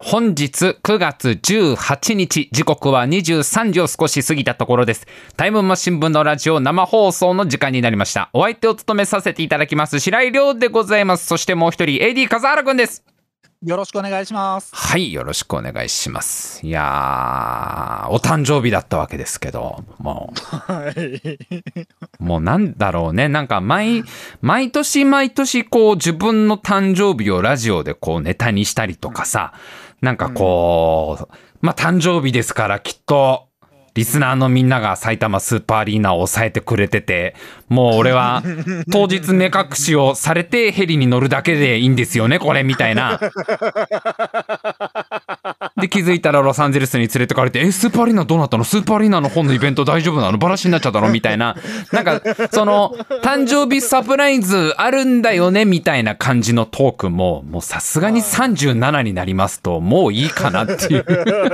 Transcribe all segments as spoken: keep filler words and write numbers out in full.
本日くがつじゅうはちにち、時刻はにじゅうさんじを少し過ぎたところです。タイムマシン部のラジオ生放送の時間になりました。お相手を務めさせていただきます白井亮でございます。そしてもう一人 エーディー 笠原くんです。 よろしくお願いします。 はい、よろしくお願いします。いやー、お誕生日だったわけですけど、もう、はい、もうなんだろうね、なんか毎毎年毎年こう自分の誕生日をラジオでこうネタにしたりとかさ、なんかこう、うん、まあ誕生日ですからきっとリスナーのみんなが埼玉スーパーアリーナを抑えてくれてて、もう俺は当日目隠しをされてヘリに乗るだけでいいんですよねこれみたいな。で気づいたらロサンゼルスに連れてかれて、えスーパーアリーナどうなったの、スーパーアリーナの本のイベント大丈夫なの、バラシになっちゃったのみたいな、なんかその誕生日サプライズあるんだよねみたいな感じのトークももうさすがにさんじゅうななになりますともういいかなっていう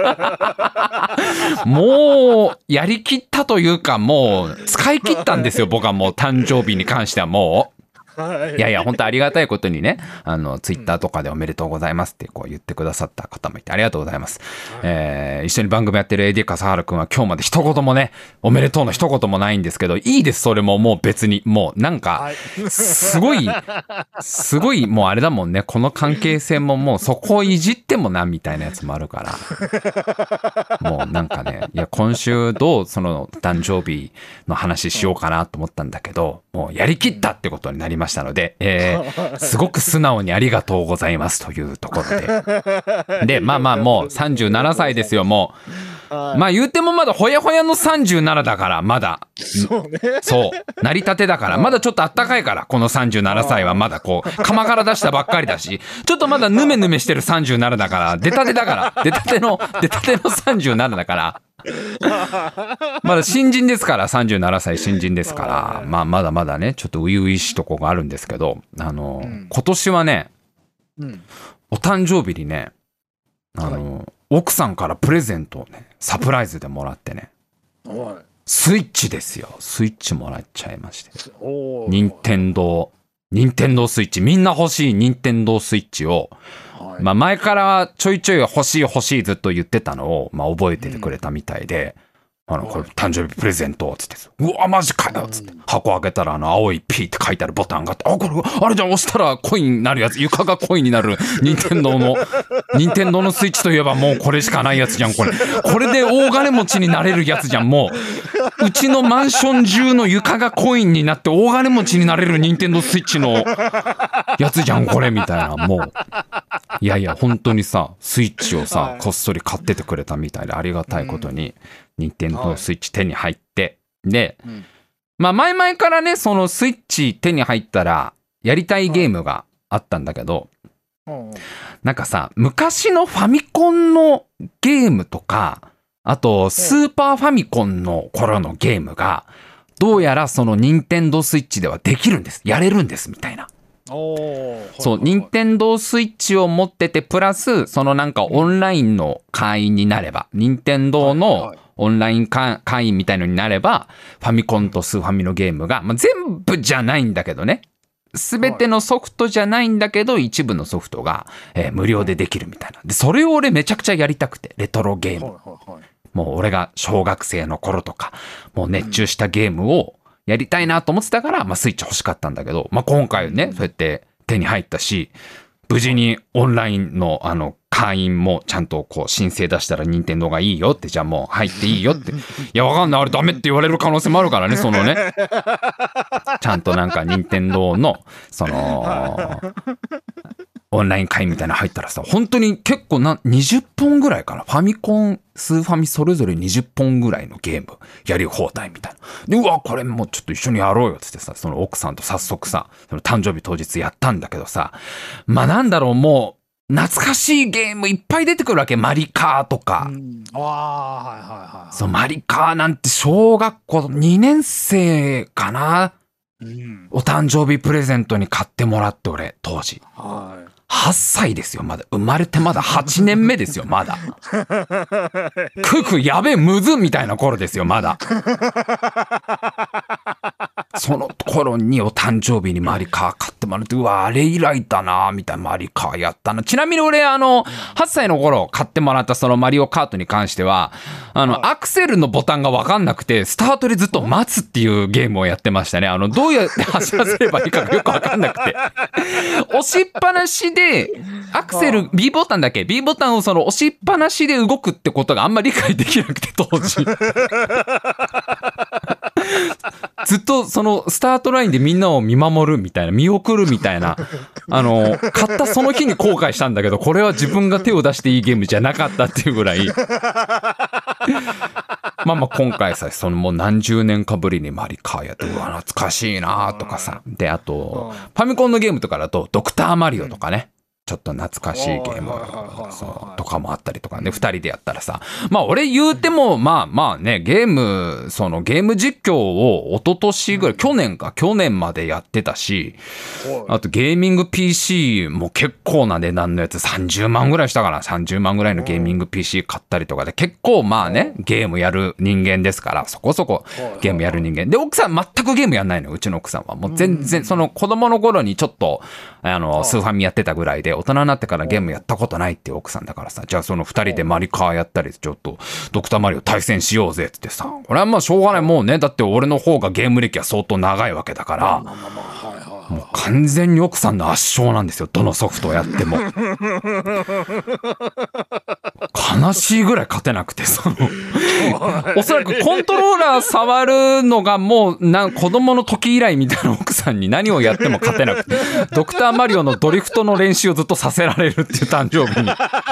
もうやりきったというかもう使い切ったんですよ僕はもう誕生日に関してはもう。いやいや本当ありがたいことにね、あのツイッターとかでおめでとうございますってこう言ってくださった方もいてありがとうございます、えー、一緒に番組やってる エーディー 笠原くんは今日まで一言もねおめでとうの一言もないんですけど、いいですそれももう別にもうなんかすごいすごいもうあれだもんね、この関係性ももうそこをいじってもなみたいなやつもあるからもうなんかね、いや今週どうその誕生日の話しようかなと思ったんだけど、もうやりきったってことになりましたので、えー、すごく素直にありがとうございますというところででまあまあもうさんじゅうななさいですよもう、まあ言うてもまだほやほやのさんじゅうななだからまだそうね、 そう成り立てだからまだちょっとあったかいから、このさんじゅうななさいはまだこう釜から出したばっかりだし、ちょっとまだヌメヌメしてるさんじゅうななだから、出たてだから出たての出たてのさんじゅうななだからまだ新人ですから、さんじゅうななさい新人ですから、まあまだまだねちょっと初々しいとこがあるんですけど、あの、うん、今年はね、うん、お誕生日にね、あの、はい、奥さんからプレゼントをねサプライズでもらってね、はい、スイッチですよ、スイッチもらっちゃいまして、任天堂任天堂スイッチ、みんな欲しい任天堂スイッチを、はい、まあ前からちょいちょい欲しい欲しいずっと言ってたのを、まあ、覚えててくれたみたいで、うん、あのこれ誕生日プレゼントっつって、うわマジかよっつって、うん、箱開けたらあの青い P って書いてあるボタンがあって、あこれあれじゃん押したらコインになるやつ、床がコインになる任天堂の任天堂のスイッチといえばもうこれしかないやつじゃん、これこれで大金持ちになれるやつじゃん、もううちのマンション中の床がコインになって大金持ちになれる任天堂スイッチのやつじゃんこれみたいな、もういやいや本当にさスイッチをさこっそり買っててくれたみたいで、ありがたいことに任天堂スイッチ手に入って、で、うん、まあ前々からねそのスイッチ手に入ったらやりたいゲームがあったんだけど、なんかさ昔のファミコンのゲームとか、あとスーパーファミコンの頃のゲームがどうやらその任天堂スイッチではできるんです、やれるんですみたいな。そう任天堂スイッチを持っててプラスそのなんかオンラインの会員になれば、任天堂のオンライン会員みたいのになればファミコンとスーファミのゲームが、まあ、全部じゃないんだけどね、全てのソフトじゃないんだけど一部のソフトが、えー、無料でできるみたいな。でそれを俺めちゃくちゃやりたくて、レトロゲーム、もう俺が小学生の頃とかもう熱中したゲームをやりたいなと思ってたから、まあ、スイッチ欲しかったんだけど、まあ、今回ねそうやって手に入ったし、無事にオンラインのあの会員もちゃんとこう申請出したら任天堂がいいよって、じゃあもう入っていいよって、いやわかんないあれダメって言われる可能性もあるからね、そのねちゃんとなんか任天堂のそのオンライン会員みたいなの入ったらさ、本当に結構なにじゅっぽんぐらいかな、ファミコンスーファミそれぞれにじゅっぽんぐらいのゲームやり放題みたいな。でうわこれもうちょっと一緒にやろうよっつってさ、その奥さんと早速さその誕生日当日やったんだけどさ、まあなんだろう、もう懐かしいゲームいっぱい出てくるわけ。マリカーとか、うん、あはいはいはい、そうマリカーなんて小学校にねんせいかな、うん、お誕生日プレゼントに買ってもらって、俺当時、はい、はっさいですよ、まだ生まれてまだはちねんめですよ、まだククやべえむずみたいな頃ですよ、まだその頃にお誕生日にマリカー買ってもらって、うわ、あれ以来だな、みたいな、マリカーやったな。ちなみに俺、あの、はっさいの頃買ってもらったそのマリオカートに関しては、あの、アクセルのボタンがわかんなくて、スタートでずっと待つっていうゲームをやってましたね。あの、どうやって走らせればいいかがよくわかんなくて。押しっぱなしで、アクセル、B ボタンだけ、B ボタンをその押しっぱなしで動くってことがあんまり理解できなくて、当時。ずっとそのスタートラインでみんなを見守るみたいな、見送るみたいな、あの、買ったその日に後悔したんだけど、これは自分が手を出していいゲームじゃなかったっていうぐらい。まあまあ今回さ、そのもう何十年かぶりにマリカーやって、うわ、懐かしいなとかさ。で、あと、ファミコンのゲームとかだと、ドクターマリオとかね。ちょっと懐かしいゲームそうとかもあったりとかね、ふたりでやったらさ、まあ俺言うてもまあまあね、ゲームそのゲーム実況を一昨年ぐらい、去年か去年までやってたし、あとゲーミング ピーシー も結構な値段のやつさんじゅうまんぐらいしたかな、さんじゅうまんぐらいのゲーミング ピーシー 買ったりとかで、結構まあね、ゲームやる人間ですから、そこそこゲームやる人間で、奥さん全くゲームやんないの、うちの奥さんはもう全然、その子供の頃にちょっとあのスーファミやってたぐらいで、大人になってからゲームやったことないっていう奥さんだからさ、じゃあそのふたりでマリカーやったり、ちょっとドクターマリオ対戦しようぜってさ、これはまあしょうがない、もうね、だって俺の方がゲーム歴は相当長いわけだから、もう完全に奥さんの圧勝なんですよ、どのソフトをやっても。悲しいぐらい勝てなくて、そのおそらくコントローラー触るのがもうな子供の時以来みたいな奥さんに何をやっても勝てなくて、ドクターマリオのドリフトの練習をずっとさせられるっていう誕生日に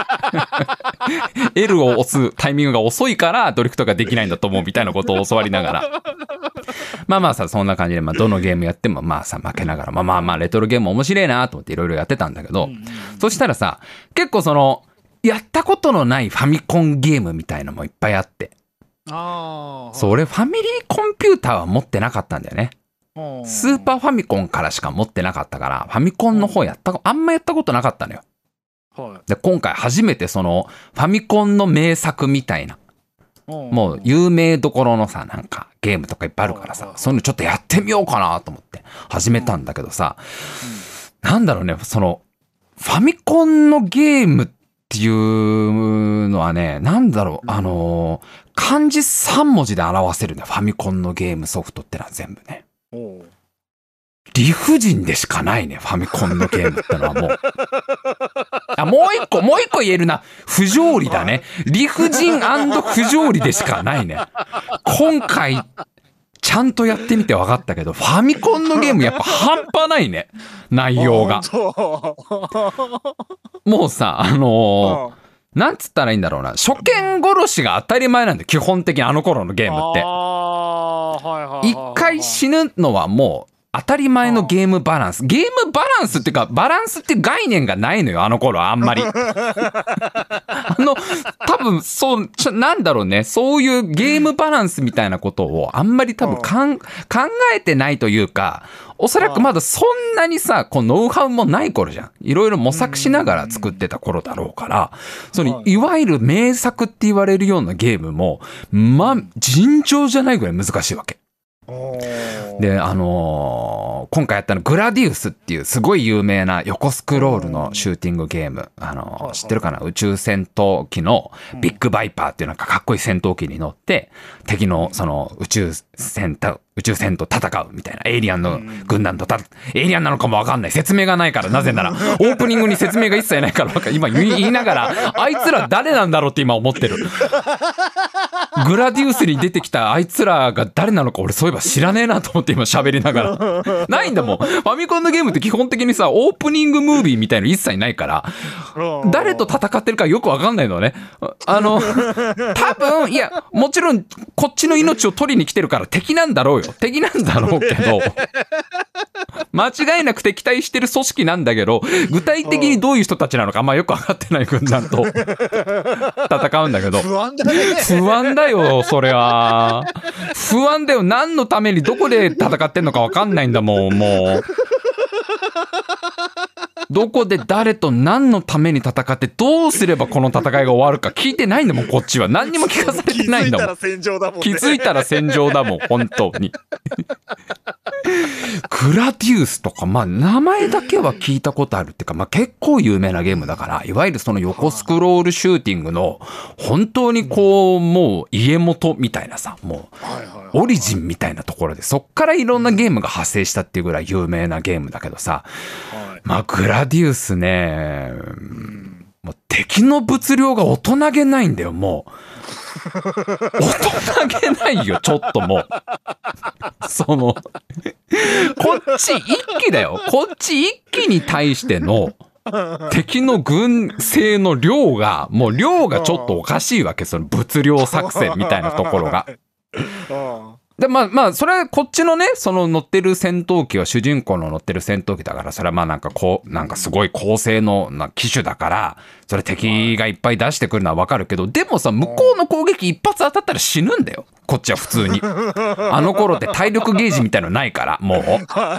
L を押すタイミングが遅いからドリフトができないんだと思うみたいなことを教わりながら、まあまあさ、そんな感じで、まあどのゲームやってもまあさ負けながら、まあまあまあレトロゲーム面白いなと思っていろいろやってたんだけど、そしたらさ、結構そのやったことのないファミコンゲームみたいのもいっぱいあって、あ、そう、俺ファミリーコンピューターは持ってなかったんだよね。スーパーファミコンからしか持ってなかったから、ファミコンの方やったあんまやったことなかったのよ。で今回初めてそのファミコンの名作みたいな、もう有名どころのさ、なんかゲームとかいっぱいあるからさ、そういうのちょっとやってみようかなと思って始めたんだけどさ、なんだろうね、そのファミコンのゲームっていうのはね、なんだろう、あの漢字さん文字で表せるね、ファミコンのゲームソフトってのは全部ね。理不尽でしかないね、ファミコンのゲームってのはもう。あ、もう一個、もう一個言えるな。不条理だね。理不尽&不条理でしかないね。今回、ちゃんとやってみて分かったけど、ファミコンのゲームやっぱ半端ないね。内容が。もうさ、あのー、なんつったらいいんだろうな。初見殺しが当たり前なんだよ。基本的にあの頃のゲームって。一回死ぬのはもう、当たり前のゲームバランス。ゲームバランスっていうか、バランスっていう概念がないのよ、あの頃はあんまり。あの、多分、そう、なんだろうね、そういうゲームバランスみたいなことをあんまり多分かん考えてないというか、おそらくまだそんなにさ、こうノウハウもない頃じゃん。いろいろ模索しながら作ってた頃だろうから、そのいわゆる名作って言われるようなゲームも、まあ、尋常じゃないぐらい難しいわけ。で、あのー、今回やったのグラディウスっていうすごい有名な横スクロールのシューティングゲーム、あのー、知ってるかな、宇宙戦闘機のビッグバイパーっていうなんかかっこいい戦闘機に乗って敵のその宇宙戦闘宇宙船と戦うみたいな、エイリアンの軍団とたエイリアンなのかも分かんない、説明がないから、なぜならオープニングに説明が一切ないから今言いながら、あいつら誰なんだろうって今思ってる。グラディウスに出てきたあいつらが誰なのか俺そういえば知らねえなと思って今喋りながら。ないんだもん、ファミコンのゲームって基本的にさ、オープニングムービーみたいの一切ないから、誰と戦ってるかよく分かんないのね。あの多分いや、もちろんこっちの命を取りに来てるから敵なんだろうよ、敵なんだろうけど間違いなく敵対してる組織なんだけど、具体的にどういう人たちなのかあんまよく分かってない軍団と戦うんだけど、 不安だね。 不安だよ、それは不安だよ。何のためにどこで戦ってんのか分かんないんだもん。もうどこで誰と何のために戦ってどうすればこの戦いが終わるか聞いてないんだもん、こっちは。何にも聞かされてないんだもん。 気づいたら戦場だもんね。 気づいたら戦場だもん、本当に。 グラディウスとか、まあ名前だけは聞いたことあるっていうか、まあ結構有名なゲームだから、いわゆるその横スクロールシューティングの本当にこう、もう家元みたいなさ、もうオリジンみたいなところで、そっからいろんなゲームが派生したっていうぐらい有名なゲームだけどさ、まあグラディウスね、もう敵の物量が大人げないんだよ、もう。大人げないよ、ちょっともう。その、こっち一機だよ。こっち一機に対しての敵の軍勢の量が、もう量がちょっとおかしいわけ。その物量作戦みたいなところが。で、まあまあ、それはこっちのね、その乗ってる戦闘機は主人公の乗ってる戦闘機だから、それはまあなんかこう、なんかすごい高性能な機種だから、それ敵がいっぱい出してくるのはわかるけど、でもさ、向こうの攻撃一発当たったら死ぬんだよ。こっちは普通に。あの頃って体力ゲージみたいのないから、もう。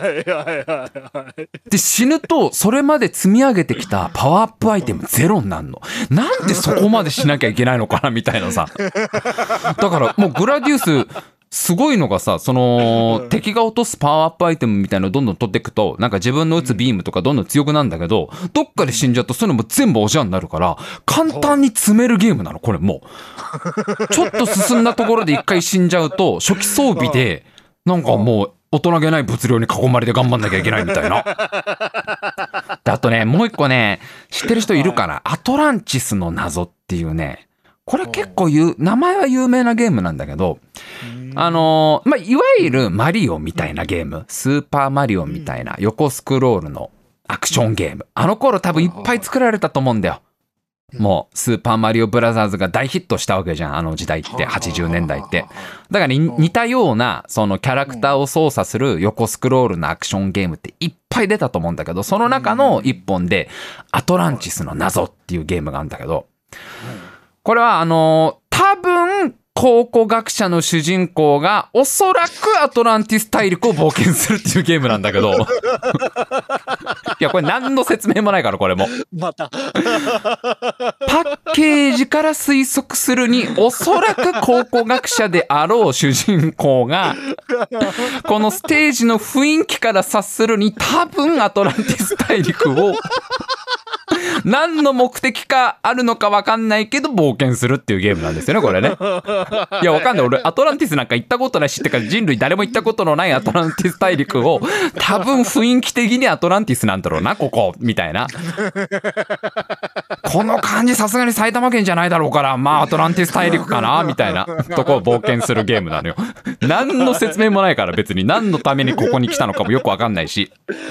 で、死ぬと、それまで積み上げてきたパワーアップアイテムゼロになるの。なんでそこまでしなきゃいけないのかな、みたいなさ。だからもうグラディウス、すごいのがさ、その敵が落とすパワーアップアイテムみたいなのをどんどん取っていくと、なんか自分の打つビームとかどんどん強くなるんだけど、どっかで死んじゃうとそういうのも全部おじゃんになるから、簡単に詰めるゲームなのこれもう。ちょっと進んだところで一回死んじゃうと、初期装備でなんかもう大人げない物量に囲まれて頑張んなきゃいけないみたいな。であとね、もう一個ね、知ってる人いるかな、アトランティスの謎っていうね、これ結構言う、名前は有名なゲームなんだけど、あのー、まあ、いわゆるマリオみたいなゲーム、スーパーマリオみたいな横スクロールのアクションゲーム。あの頃多分いっぱい作られたと思うんだよ。もう、スーパーマリオブラザーズが大ヒットしたわけじゃん、あの時代って、はちじゅうねんだいって。だから似たような、そのキャラクターを操作する横スクロールのアクションゲームっていっぱい出たと思うんだけど、その中の一本で、アトランティスの謎っていうゲームがあるんだけど、これはあのー、多分考古学者の主人公がおそらくアトランティス大陸を冒険するっていうゲームなんだけどいやこれ何の説明もないからこれもまたパッケージから推測するにおそらく考古学者であろう主人公がこのステージの雰囲気から察するに多分アトランティス大陸を何の目的かあるのか分かんないけど冒険するっていうゲームなんですよねこれね。いや分かんない、俺アトランティスなんか行ったことないしってか人類誰も行ったことのないアトランティス大陸を多分雰囲気的にアトランティスなんだろうなここみたいなこの感じさすがに埼玉県じゃないだろうからまあアトランティス大陸かなみたいなとこを冒険するゲームなのよ。何の説明もないから別に何のためにここに来たのかもよく分かんないし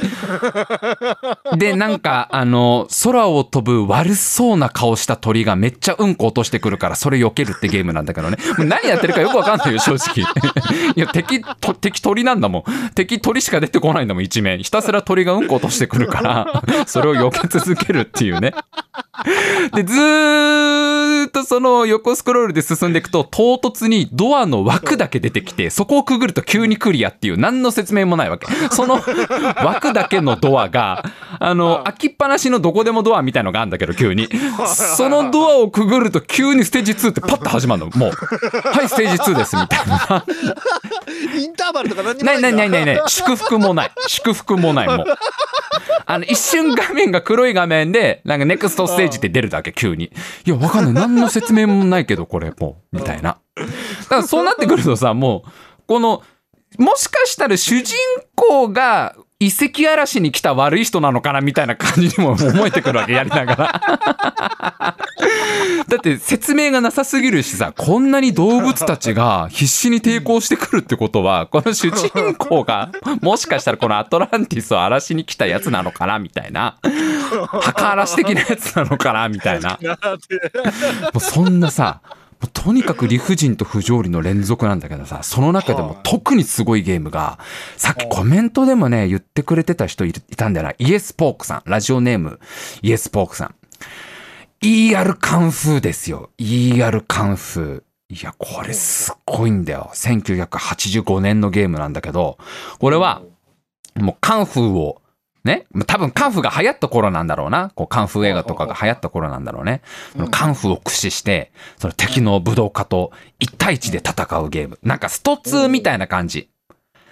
でなんかあの空を飛ぶ悪そうな顔した鳥がめっちゃうんこ落としてくるからそれ避けるってゲームなんだけどね、もう何やってるかよくわかんないよ正直いや敵と敵鳥なんだもん、敵鳥しか出てこないんだもん一面、ひたすら鳥がうんこ落としてくるからそれを避け続けるっていうね。でずーっとその横スクロールで進んでいくと唐突にドアの枠だけ出てきてそこをくぐると急にクリアっていう何の説明もないわけ。その枠だけのドアがあの開きっぱなしのどこでもドアみたいのがあるんだけど急にそのドアをくぐると急にステージツーってパッと始まるの、もうはいステージツーですみたいなインターバルとか何にもないないないないないない祝福もない祝福もない、もうあの一瞬画面が黒い画面でなんかネクストステージって出るだけ急に、いやわかんない何の説明もないけどこれもうみたいな。だからそうなってくるとさ、もうこのもしかしたら主人公が遺跡嵐に来た悪い人なのかなみたいな感じにも思えてくるわけやりながらだって説明がなさすぎるしさ、こんなに動物たちが必死に抵抗してくるってことはこの主人公がもしかしたらこのアトランティスを荒らしに来たやつなのかなみたいな、墓荒らし的なやつなのかなみたいな、もうそんなさとにかく理不尽と不条理の連続なんだけどさ、その中でも特にすごいゲームがさっきコメントでもね言ってくれてた人いたんだよな、イエスポークさん、ラジオネームイエスポークさん、 イーアール カンフーですよ。 イーアール カンフー、いやこれすっごいんだよ。せんきゅうひゃくはちじゅうごねんのゲームなんだけど、これはもうカンフーをね、多分カンフーが流行った頃なんだろうな。こうカンフー映画とかが流行った頃なんだろうね。そのカンフーを駆使して、その敵の武道家と一対一で戦うゲーム。なんかストツーみたいな感じ。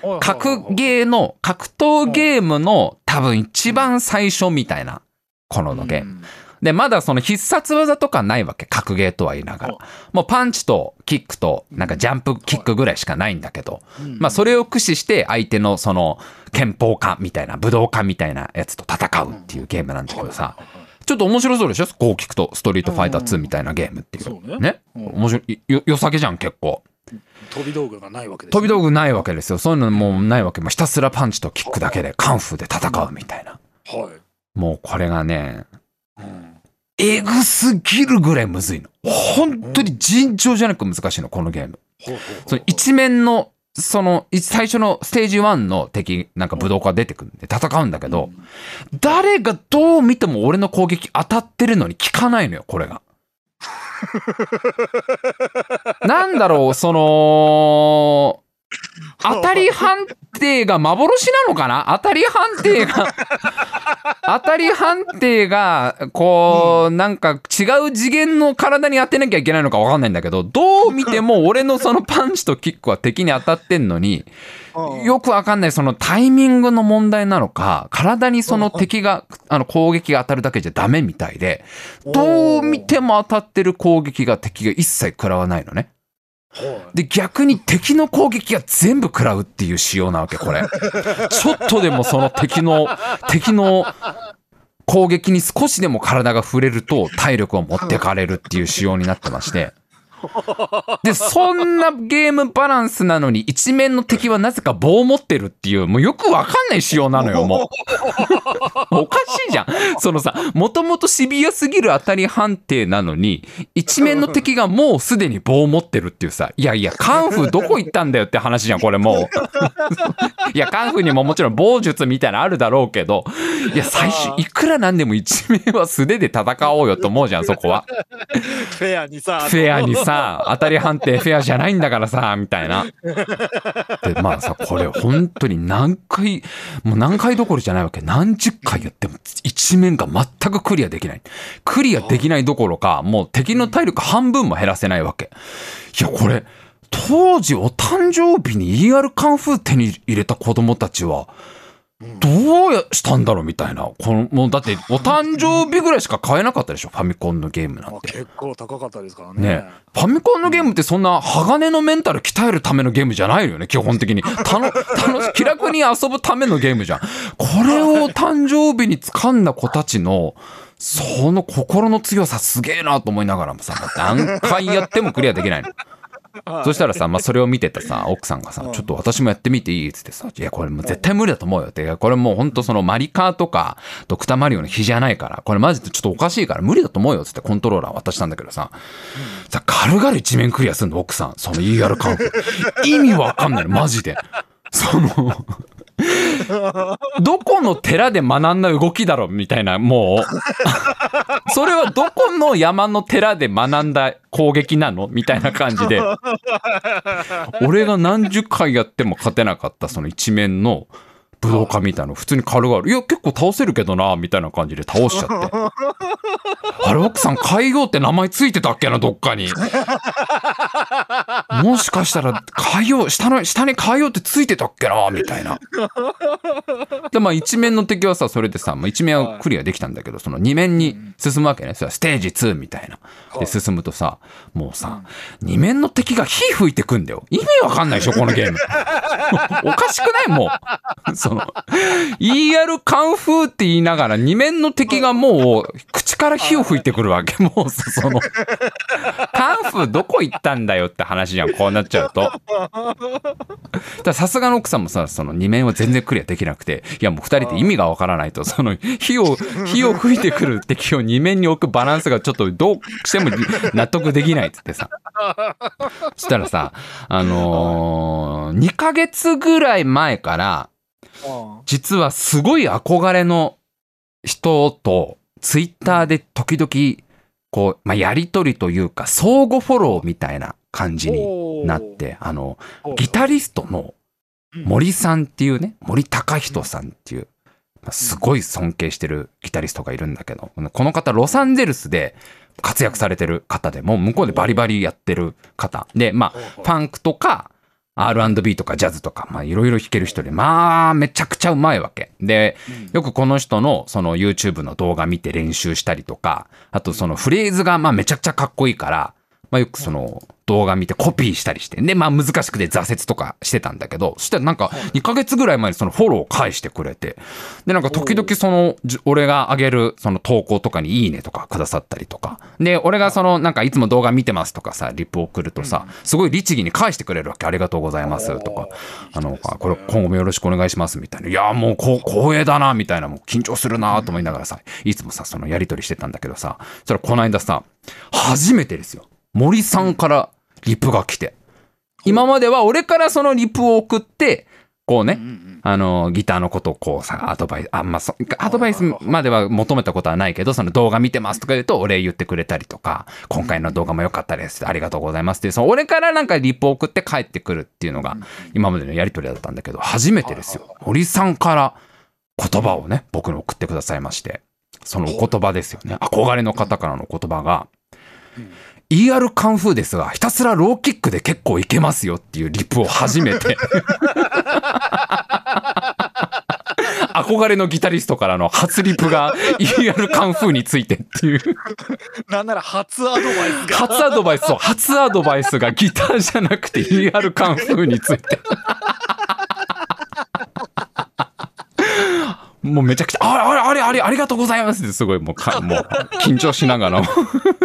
格ゲーの格闘ゲームの多分一番最初みたいな頃のゲームで、まだその必殺技とかないわけ、格ゲーとは言いながら。もうパンチとキックとなんかジャンプキックぐらいしかないんだけど、まあそれを駆使して相手のその拳法家みたいな武道家みたいなやつと戦うっていうゲームなんだけどさ、ちょっと面白そうでしょ、こう聞くと。ストリートファイターツーみたいなゲームっていう。ね。面白い、よ、良さげじゃん結構。 飛び道具がないわけです、 ね、飛び道具ないわけですよ。そういうのもうないわけ。もうひたすらパンチとキックだけでカンフーで戦うみたいな。 はい。 もうこれがね、うんえぐすぎるぐらいむずいの。本当に尋常じゃなく難しいの、このゲーム。その一面の、その、最初のステージワンの敵、なんか武道家が出てくるんで戦うんだけど、誰がどう見ても俺の攻撃当たってるのに効かないのよ、これが。なんだろう、その、当たり判定が幻なのかな？当たり判定が当たり判定がこうなんか違う次元の体に当てなきゃいけないのか分かんないんだけど、どう見ても俺のそのパンチとキックは敵に当たってんのに、よく分かんない、そのタイミングの問題なのか、体にその敵があの攻撃が当たるだけじゃダメみたいで、どう見ても当たってる攻撃が敵が一切食らわないのね。で逆に敵の攻撃が全部食らうっていう仕様なわけ、これ。ちょっとでもその敵の敵の攻撃に少しでも体が触れると体力を持ってかれるっていう仕様になってまして、でそんなゲームバランスなのに一面の敵はなぜか棒を持ってるっていう、もうよくわかんない仕様なのよ、もう。おかしいじゃん。そのさ、もともとシビアすぎる当たり判定なのに一面の敵がもうすでに棒を持ってるっていうさ、いやいやカンフーどこ行ったんだよって話じゃんこれもう。いやカンフーにももちろん棒術みたいなのあるだろうけど、いや最初いくらなんでも一面は素手で戦おうよと思うじゃん、そこは。 フェアにさフェアにさ当たり判定フェアじゃないんだからさみたいな。でまあさ、これ本当に何回もう何回どころじゃないわけ、何十回やっても一面が全くクリアできない。クリアできないどころかもう敵の体力半分も減らせないわけ。いやこれ当時お誕生日に イーアール カンフー手に入れた子供たちはどうしたんだろうみたいな。このもうだってお誕生日ぐらいしか買えなかったでしょ、ファミコンのゲームなんて。 結構高かったですからね。 ね、ファミコンのゲームってそんな鋼のメンタル鍛えるためのゲームじゃないよね、基本的に。たの楽し気楽に遊ぶためのゲームじゃん。これを誕生日に掴んだ子たちのその心の強さすげえなと思いながらもさ、何回やってもクリアできないの。そしたらさ、まあ、それを見てたさ奥さんがさ、ちょっと私もやってみていいっつってさ、いやこれもう絶対無理だと思うよって、これもうほんとそのマリカーとかドクターマリオの比じゃないから、これマジでちょっとおかしいから無理だと思うよっつってコントローラー渡したんだけどさ、さ軽々一面クリアするの奥さん、その イーアール カンフー意味わかんないのマジで。そのどこの寺で学んだ動きだろみたいな、もうそれはどこの山の寺で学んだ攻撃なのみたいな感じで、俺が何十回やっても勝てなかったその一面の武道家みたいなの普通に軽々、いや結構倒せるけどなみたいな感じで倒しちゃって、あれ奥さん海洋って名前ついてたっけなどっかに。もしかしたら海洋下の下に海洋ってついてたっけなみたいな。でまあ一面の敵はさ、それでさ、まあ、一面はクリアできたんだけど、その二面に進むわけね。それはステージツーみたいなで進むとさ、もうさ二面の敵が火吹いてくんだよ。意味わかんないでしょこのゲーム。おかしくない？もうその イーアール カンフーって言いながら二面の敵がもう口から火を吹いてくるわけ。もうそのカンフーどこ行ったんだよって話じゃん、こうなっちゃうと。さすがの奥さんもさ、その二面は全然クリアできなくて、いやもう二人で意味がわからないと、その火を火を吹いてくる敵を二面に置くバランスがちょっとどうしても納得できないっつってさ、そしたらさ、あのー、にかげつぐらい前から実はすごい憧れの人とツイッターで時々こう、まあ、やり取りというか相互フォローみたいな感じになって、あのギタリストの森さんっていうね、森高人さんっていう、まあ、すごい尊敬してるギタリストがいるんだけど、この方ロサンゼルスで活躍されてる方で、もう向こうでバリバリやってる方で、まあファンクとかアールアンドビー とかジャズとか、まあいろいろ弾ける人で、まあめちゃくちゃうまいわけ。で、よくこの人のその YouTube の動画見て練習したりとか、あとそのフレーズがまあめちゃくちゃかっこいいから、まあよくその動画見てコピーしたりして、で、まあ難しくて挫折とかしてたんだけど、そしたらなんかにかげつぐらい前にそのフォローを返してくれて、で、なんか時々その、俺が上げるその投稿とかにいいねとかくださったりとか、で、俺がそのなんかいつも動画見てますとかさ、リップを送るとさ、すごい律儀に返してくれるわけ。ありがとうございますとか、あの、これ今後もよろしくお願いしますみたいな。いや、もうこう光栄だなみたいな、もう緊張するなと思いながらさ、いつもさ、そのやり取りしてたんだけどさ、それこの間さ、初めてですよ。森さんからリプが来て、今までは俺からそのリプを送って、こうね、あのギターのことをこうさ、アドバイス、あんまそアドバイスまでは求めたことはないけど、その動画見てますとか言うとお礼言ってくれたりとか、今回の動画も良かったです、ありがとうございますっていう、その俺からなんかリプを送って帰ってくるっていうのが今までのやり取りだったんだけど、初めてですよ、森さんから言葉をね僕に送ってくださいまして、そのお言葉ですよね、憧れの方からの言葉が、イーアール カンフーですがひたすらローキックで結構いけますよっていうリプを初めて憧れのギタリストからの初リプが イーアール カンフーについてっていうなんなら初アドバイスが初アドバイスそう初アドバイスがギターじゃなくて イーアール カンフーについてもうめちゃくちゃあれあれあれあれありがとうございますってすごいもうかもう緊張しながらも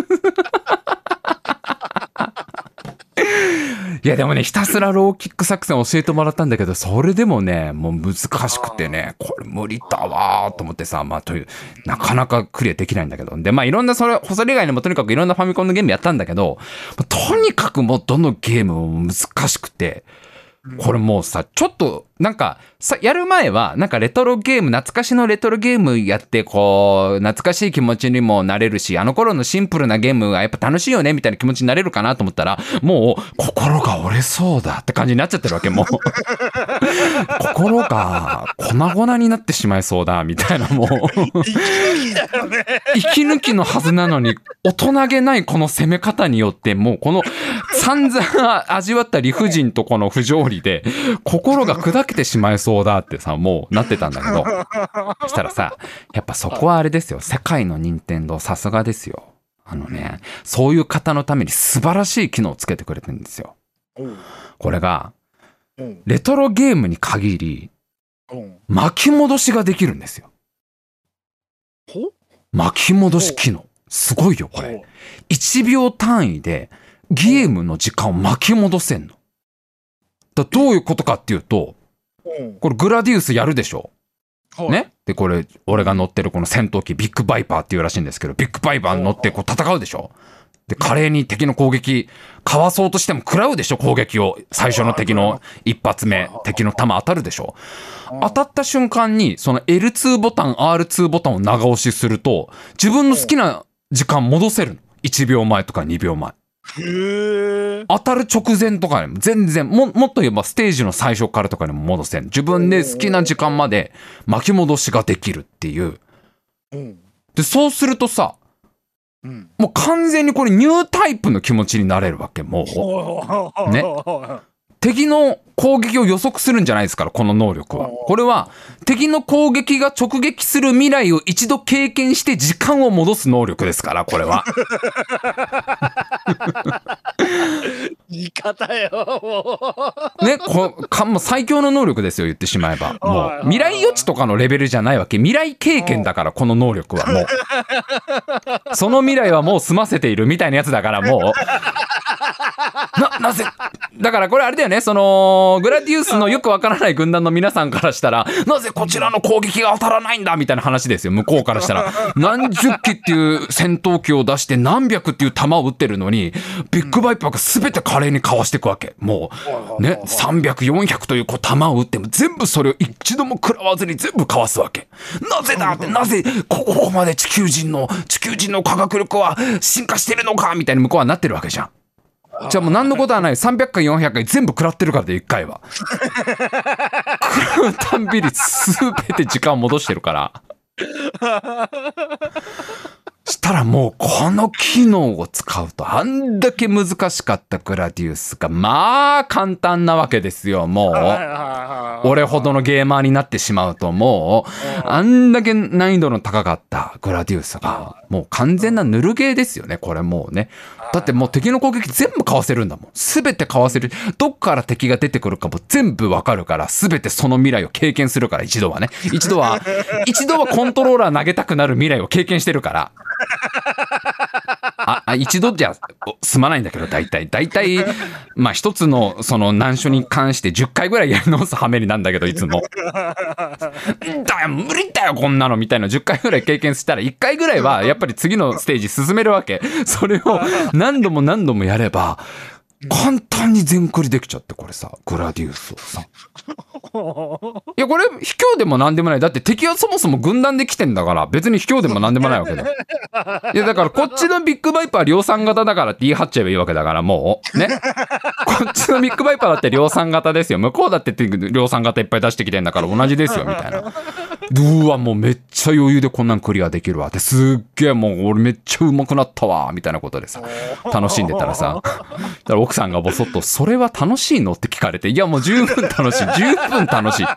いやでもねひたすらローキック作戦教えてもらったんだけど、それでもねもう難しくてね、これ無理だわーと思ってさ、まあというなかなかクリアできないんだけど、でまあいろんなそれそれ以外にもとにかくいろんなファミコンのゲームやったんだけど、とにかくもうどのゲームも難しくて、これもうさちょっとなんかさやる前はなんかレトロゲーム懐かしのレトロゲームやってこう懐かしい気持ちにもなれるし、あの頃のシンプルなゲームがやっぱ楽しいよねみたいな気持ちになれるかなと思ったら、もう心が折れそうだって感じになっちゃってるわけ。もう心が粉々になってしまいそうだみたいな、もう息抜きだよね息抜きのはずなのに大人げないこの攻め方によってもうこの散々味わった理不尽とこの不条理で心が砕けてしまいそうだってさもうなってたんだけど、そしたらさやっぱそこはあれですよ、世界の任天堂さすがですよ。あのねそういう方のために素晴らしい機能をつけてくれてるんですよ。これがレトロゲームに限り巻き戻しができるんですよ。巻き戻し機能すごいよこれ。いちびょう単位でゲームの時間を巻き戻せんの。だどういうことかっていうと、これグラディウスやるでしょ、ね、でこれ俺が乗ってるこの戦闘機ビッグバイパーっていうらしいんですけど、ビッグバイパーに乗ってこう戦うでしょ。で華麗に敵の攻撃かわそうとしても食らうでしょ、攻撃を。最初の敵の一発目敵の弾当たるでしょ。当たった瞬間にその エルツー ボタン アールツー ボタンを長押しすると自分の好きな時間戻せるの。いちびょうまえとかにびょうまえ。へ当たる直前とかにも全然 も, もっと言えばステージの最初からとかにも戻せる。自分で好きな時間まで巻き戻しができるっていう。でそうするとさ、もう完全にこれニュータイプの気持ちになれるわけ。もうね敵の攻撃を予測するんじゃないですからこの能力は。これは敵の攻撃が直撃する未来を一度経験して時間を戻す能力ですからこれは言い方よね、こかもう最強の能力ですよ言ってしまえば。もう未来予知とかのレベルじゃないわけ。未来経験だからこの能力はもうその未来はもう済ませているみたいなやつだからもうな, なぜだからこれあれだよね、そのグラディウスのよくわからない軍団の皆さんからしたらなぜこちらの攻撃が当たらないんだみたいな話ですよ。向こうからしたら何十機っていう戦闘機を出して何百っていう弾を撃ってるのにビッグバイパーが全て華麗にかわしていくわけ。もうねさんびゃくよんひゃくというこう弾を撃っても全部それを一度も食らわずに全部かわすわけ。なぜだって、なぜここまで地球人の地球人の科学力は進化してるのかみたいに向こうはなってるわけじゃん。じゃあもう何のことはない。さんびゃっかいよんひゃっかい全部食らってるからでいっかいは食らうたんびに全て時間を戻してるからしたらもうこの機能を使うとあんだけ難しかったグラディウスがまあ簡単なわけですよ。もう俺ほどのゲーマーになってしまうともうあんだけ難易度の高かったグラディウスがもう完全なぬるゲーですよね。これもうね、だってもう敵の攻撃全部かわせるんだもん。全てかわせる。どっから敵が出てくるかも全部わかるから、全てその未来を経験するから、一度はね一度は一度はコントローラー投げたくなる未来を経験してるからあ、一度じゃ済まないんだけど、大体大体まあ一つのその難所に関してじゅっかいぐらいやり直す羽目になんだけど、いつもだよ無理だよこんなのみたいなじゅっかいぐらい経験したらいっかいぐらいはやっぱり次のステージ進めるわけ。それを何度も何度もやれば簡単に全クリできちゃって、これさグラディウスをさいやこれ卑怯でもなんでもない。だって敵はそもそも軍団で来てんだから別に卑怯でもなんでもないわけだ。いやだからこっちのビッグバイパー量産型だからって言い張っちゃえばいいわけだから、もうねこっちのビッグバイパーだって量産型ですよ、向こうだって量産型いっぱい出してきてんだから同じですよみたいな。うわもうめっちゃ余裕でこんなんクリアできるわってすっげえもう俺めっちゃ上手くなったわみたいなことでさ楽しんでたらさ、だから奥さんがボソッとそれは楽しいのって聞かれて、いやもう十分楽しい十分楽しい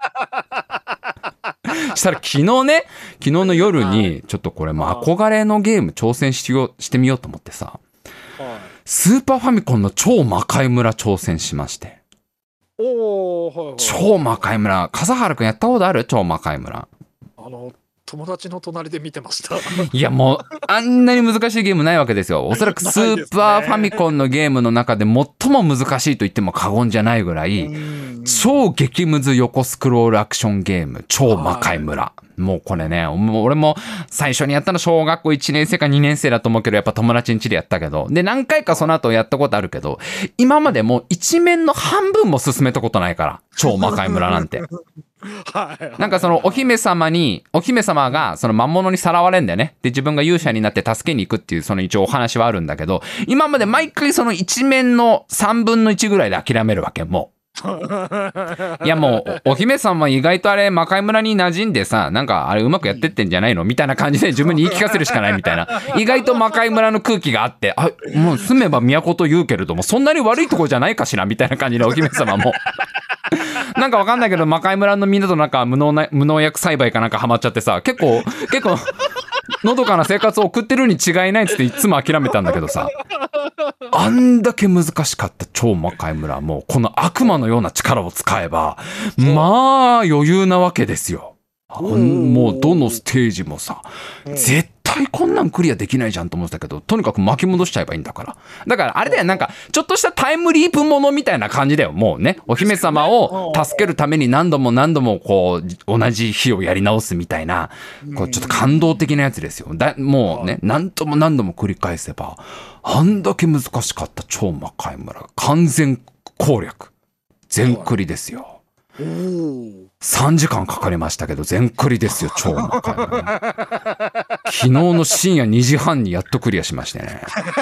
したら昨日ね昨日の夜にちょっとこれも憧れのゲーム挑戦しようしてみようと思ってさ、スーパーファミコンの超魔界村挑戦しまして。 おー、はいはい、 超魔界村、笠原くんやったことある？超魔界村。 あの友達の隣で見てましたいやもうあんなに難しいゲームないわけですよ。おそらくスーパーファミコンのゲームの中で最も難しいと言っても過言じゃないぐらい超激ムズ横スクロールアクションゲーム超魔界村。もうこれね、もう俺も最初にやったの小学校いちねん生かにねん生だと思うけど、やっぱ友達ん家でやったけど、で何回かその後やったことあるけど、今までもう一面の半分も進めたことないから、超魔界村なんて。なんかそのお姫様にお姫様がその魔物にさらわれんだよね。で自分が勇者になって助けに行くっていうその一応お話はあるんだけど、今まで毎回その一面のさんぶんのいちぐらいで諦めるわけ。もういやもうお姫様意外とあれ魔界村に馴染んでさ、なんかあれうまくやってってんじゃないのみたいな感じで自分に言い聞かせるしかないみたいな、意外と魔界村の空気があって、あもう住めば都と言うけれどもそんなに悪いとこじゃないかしらみたいな感じでお姫様もなんかわかんないけど魔界村のみんなとなんか無農な無農薬栽培かなんかハマっちゃってさ、結構結構のどかな生活を送ってるに違いないっつっていつも諦めたんだけどさ、あんだけ難しかった超魔界村もこの悪魔のような力を使えばまあ余裕なわけですよ。もうどのステージもさ絶対こんなんクリアできないじゃんと思ってたけど、とにかく巻き戻しちゃえばいいんだから。だからあれだよ、なんかちょっとしたタイムリープものみたいな感じだよ。もうねお姫様を助けるために何度も何度もこう同じ日をやり直すみたいな、こうちょっと感動的なやつですよ。だもうね何度も何度も繰り返せばあんだけ難しかった超魔界村完全攻略全クリですよ。さんじかんかかりましたけど全クリですよ超魔界村。昨日の深夜にじはんにやっとクリアしましてね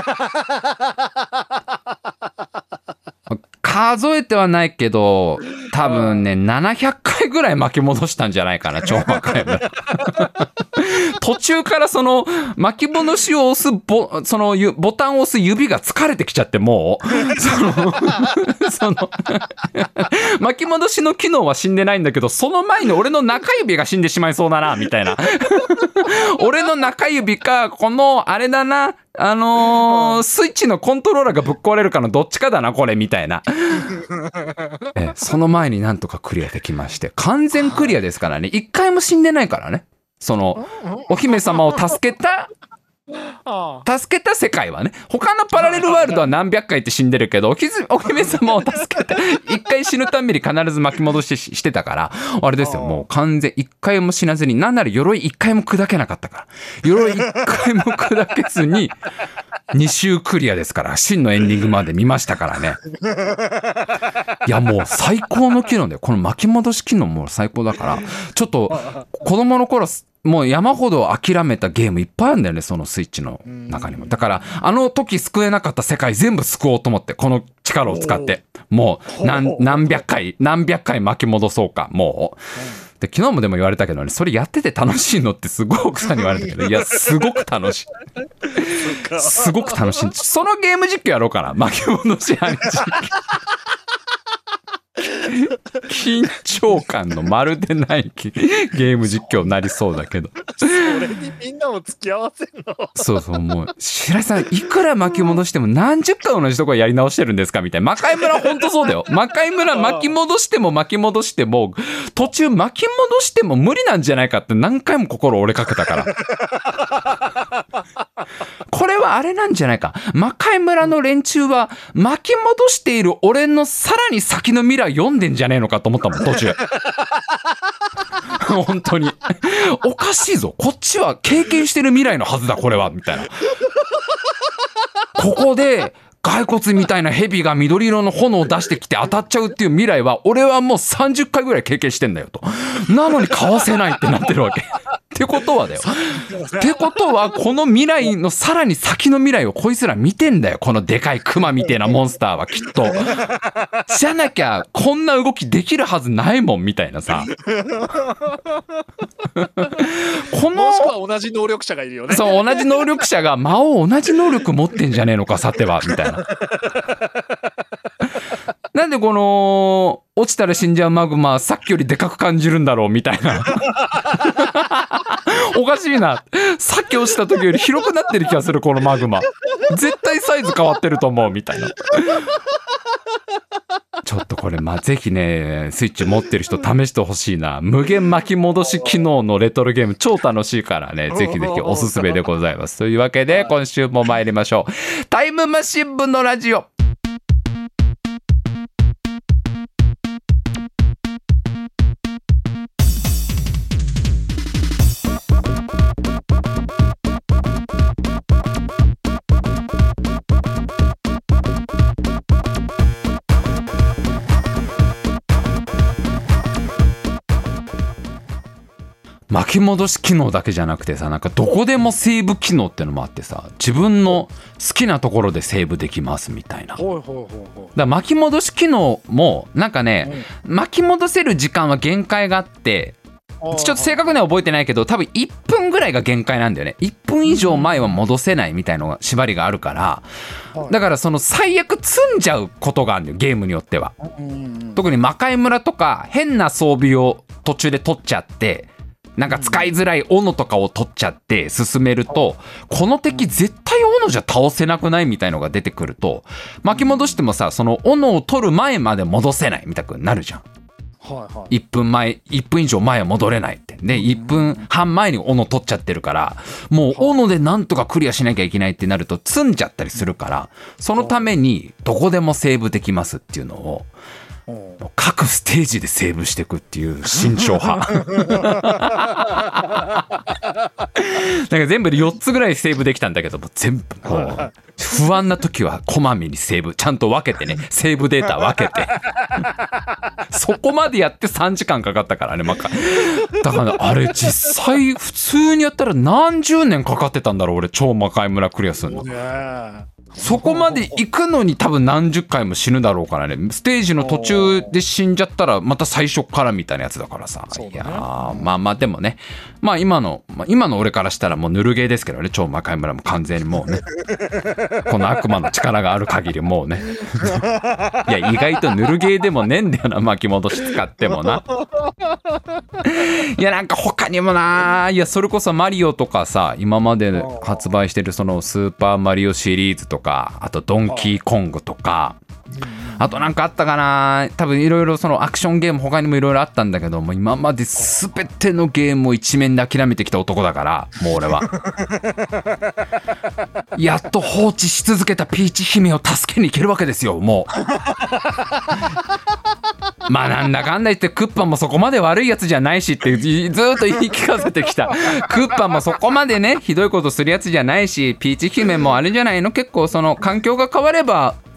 数えてはないけど多分ねななひゃっかいぐらい巻き戻したんじゃないかな超魔界村途中からその巻き戻しを押すボそのボタンを押す指が疲れてきちゃって、もうそのその巻き戻しの機能は死んでないんだけど、その前に俺の中指が死んでしまいそうだなみたいな俺の中指かこのあれだなあのー、スイッチのコントローラーがぶっ壊れるかのどっちかだなこれみたいなえその前になんとかクリアできまして、完全クリアですからね。一回も死んでないからね。そのお姫様を助けた助けた世界はね、他のパラレルワールドは何百回って死んでるけど、お姫様を助けて一回死ぬたんびに必ず巻き戻ししてたから、あれですよ、もう完全一回も死なずに、なんなら鎧一回も砕けなかったから、鎧一回も砕けずにに周クリアですから、真のエンディングまで見ましたからね。いやもう最高の機能で、この巻き戻し機能も最高だから、ちょっと子供の頃もう山ほど諦めたゲームいっぱいあるんだよね、そのスイッチの中にも。だからあの時救えなかった世界全部救おうと思って、この力を使ってもう 何, 何百回何百回巻き戻そうか、もうで昨日もでも言われたけどね、それやってて楽しいのってすごい奥さんに言われたけど、いやすごく楽しいすごく楽しい。そのゲーム実況やろうかな、巻き戻し兄実況緊張感のまるでないゲーム実況になりそうだけど、 それにみんなも付き合わせるのそうそう、もう白井さんいくら巻き戻しても何十回同じとこやり直してるんですかみたいな。魔界村ほんとそうだよ。魔界村巻き戻しても巻き戻しても途中巻き戻しても無理なんじゃないかって何回も心折れかけたからこれはあれなんじゃないか、魔界村の連中は巻き戻している俺のさらに先の未来読んでんじゃねえのかと思ったもん途中本当におかしいぞ、こっちは経験してる未来のはずだこれはみたいな。ここで骸骨みたいな蛇が緑色の炎を出してきて当たっちゃうっていう未来は俺はもうさんじゅっかいぐらい経験してんだよと。なのに買わせないってなってるわけってことはだよってことはこの未来のさらに先の未来をこいつら見てんだよ、このでかいクマみたいなモンスターはきっと。じゃなきゃこんな動きできるはずないもんみたいなさこのもしくは同じ能力者がいるよね。 そう、同じ能力者が魔王同じ能力持ってんじゃねえのかさてはみたいななんでこの落ちたら死んじゃうマグマさっきよりでかく感じるんだろうみたいなおかしいな、さっき落ちた時より広くなってる気がするこのマグマ、絶対サイズ変わってると思うみたいな。ちょっとこれまあぜひねスイッチ持ってる人試してほしいな。無限巻き戻し機能のレトロゲーム超楽しいからね、ぜひぜひおすすめでございます。というわけで今週も参りましょう。タイムマシン部のラジオ。巻き戻し機能だけじゃなくてさ、なんかどこでもセーブ機能ってのもあってさ、自分の好きなところでセーブできますみたいな。だから巻き戻し機能もなんかね、巻き戻せる時間は限界があって、ちょっと正確には覚えてないけど多分いっぷんぐらいが限界なんだよね。いっぷん以上前は戻せないみたいな縛りがあるから、だからその最悪積んじゃうことがあるんだよゲームによっては。特に魔界村とか変な装備を途中で取っちゃって、なんか使いづらい斧とかを取っちゃって進めると、この敵絶対斧じゃ倒せなくないみたいのが出てくると、巻き戻してもさ、その斧を取る前まで戻せないみたくなるじゃん。はいはい、いっぷんまえいっぷん以上前は戻れないってでいっぷんはん前に斧取っちゃってるから、もう斧でなんとかクリアしなきゃいけないってなると積んじゃったりするから、そのためにどこでもセーブできますっていうのを各ステージでセーブしていくっていう慎重派なんか全部でよっつぐらいセーブできたんだけども、全部もう不安な時はこまめにセーブちゃんと分けてね、セーブデータ分けてそこまでやってさんじかんかかったからね、まかだからあれ実際普通にやったら何十年かかってたんだろう俺、超魔界村クリアするの。そこまで行くのに多分何十回も死ぬだろうからね。ステージの途中で死んじゃったらまた最初からみたいなやつだからさ、ね、いやまあまあでもね、まあ今の、まあ、今の俺からしたらもうぬるゲーですけどね、超魔界村も完全にもうねこの悪魔の力がある限りもうねいや意外とぬるゲーでもねえんだよな、巻き戻し使ってもな。いやなんか他にもな、いやそれこそマリオとかさ、今まで発売してるそのスーパーマリオシリーズとか、あとドンキーコングとか、あとなんかあったかな、多分いろいろそのアクションゲーム他にもいろいろあったんだけども、今まで全てのゲームを一面で諦めてきた男だから、もう俺はやっと放置し続けたピーチ姫を助けに行けるわけですよ、もうまあなんだかんだ言ってクッパもそこまで悪いやつじゃないしってずっと言い聞かせてきたクッパもそこまでねひどいことするやつじゃないし、ピーチ姫もあれじゃないの、結構その環境が変われば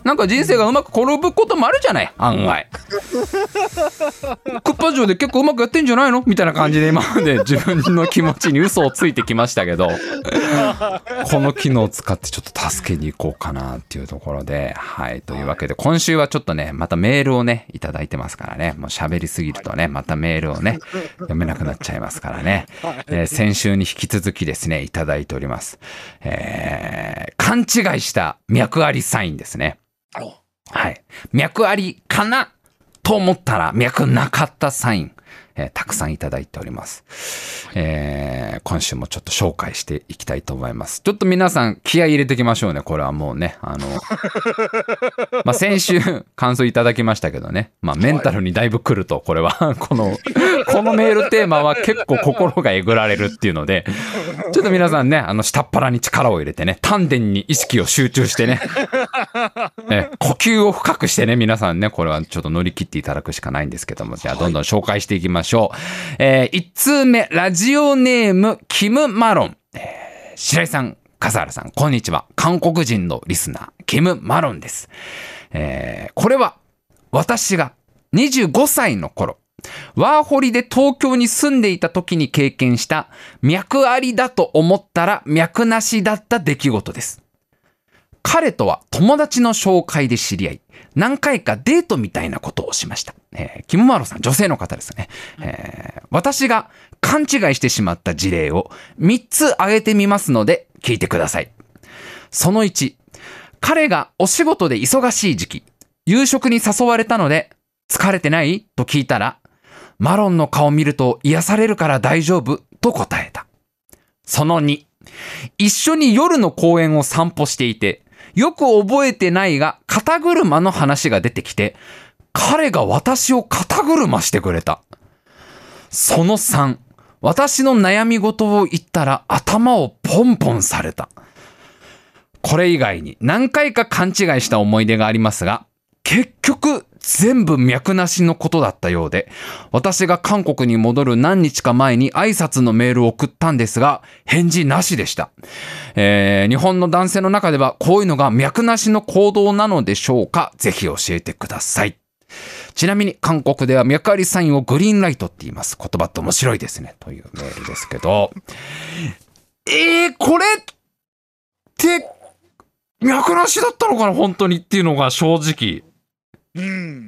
なんか人生がうまく転ぶこともあるじゃない、案外。クッパ城で結構うまくやってんじゃないのみたいな感じで今まで自分の気持ちに嘘をついてきましたけど、この機能を使ってちょっと助けに行こうかなっていうところで、はい、というわけで今週はちょっとね、またメールをねいただいてますからね、もう喋りすぎるとね、またメールをね読めなくなっちゃいますからね、えー、先週に引き続きですねいただいております。えー、勘違いした脈ありサインですね。はい、脈ありかなと思ったら脈なかったサイン、えー、たくさんいただいております。えー、今週もちょっと紹介していきたいと思います。ちょっと皆さん気合い入れていきましょうね。これはもうね、あのまあ先週感想いただきましたけどね、まあメンタルにだいぶ来ると、これはこのこのメールテーマは結構心がえぐられるっていうので、ちょっと皆さんね、あの下っ腹に力を入れてね、丹田に意識を集中してね、え呼吸を深くしてね、皆さんね、これはちょっと乗り切っていただくしかないんですけども、じゃあどんどん紹介していきましょう。えー、いち通目、ラジオネームキムマロン、えー、白井さん、笠原さん、こんにちは。韓国人のリスナーキムマロンです。えー、これは私がにじゅうごさいの頃、ワーホリで東京に住んでいた時に経験した脈ありだと思ったら脈なしだった出来事です。彼とは友達の紹介で知り合い、何回かデートみたいなことをしました。えー、キムマロさん、女性の方ですね。えー、私が勘違いしてしまった事例をみっつ挙げてみますので聞いてください。そのいち、彼がお仕事で忙しい時期、夕食に誘われたので、疲れてないと聞いたら、マロンの顔見ると癒されるから大丈夫と答えた。そのに、一緒に夜の公園を散歩していて、よく覚えてないが肩車の話が出てきて、彼が私を肩車してくれた。そのさん、私の悩み事を言ったら頭をポンポンされた。これ以外に何回か勘違いした思い出がありますが、結局全部脈なしのことだったようで、私が韓国に戻る何日か前に挨拶のメールを送ったんですが、返事なしでした。えー、日本の男性の中ではこういうのが脈なしの行動なのでしょうか。ぜひ教えてください。ちなみに韓国では脈ありサインをグリーンライトって言います。言葉って面白いですね、というメールですけど、えー、これって脈なしだったのかな本当にっていうのが正直。うん、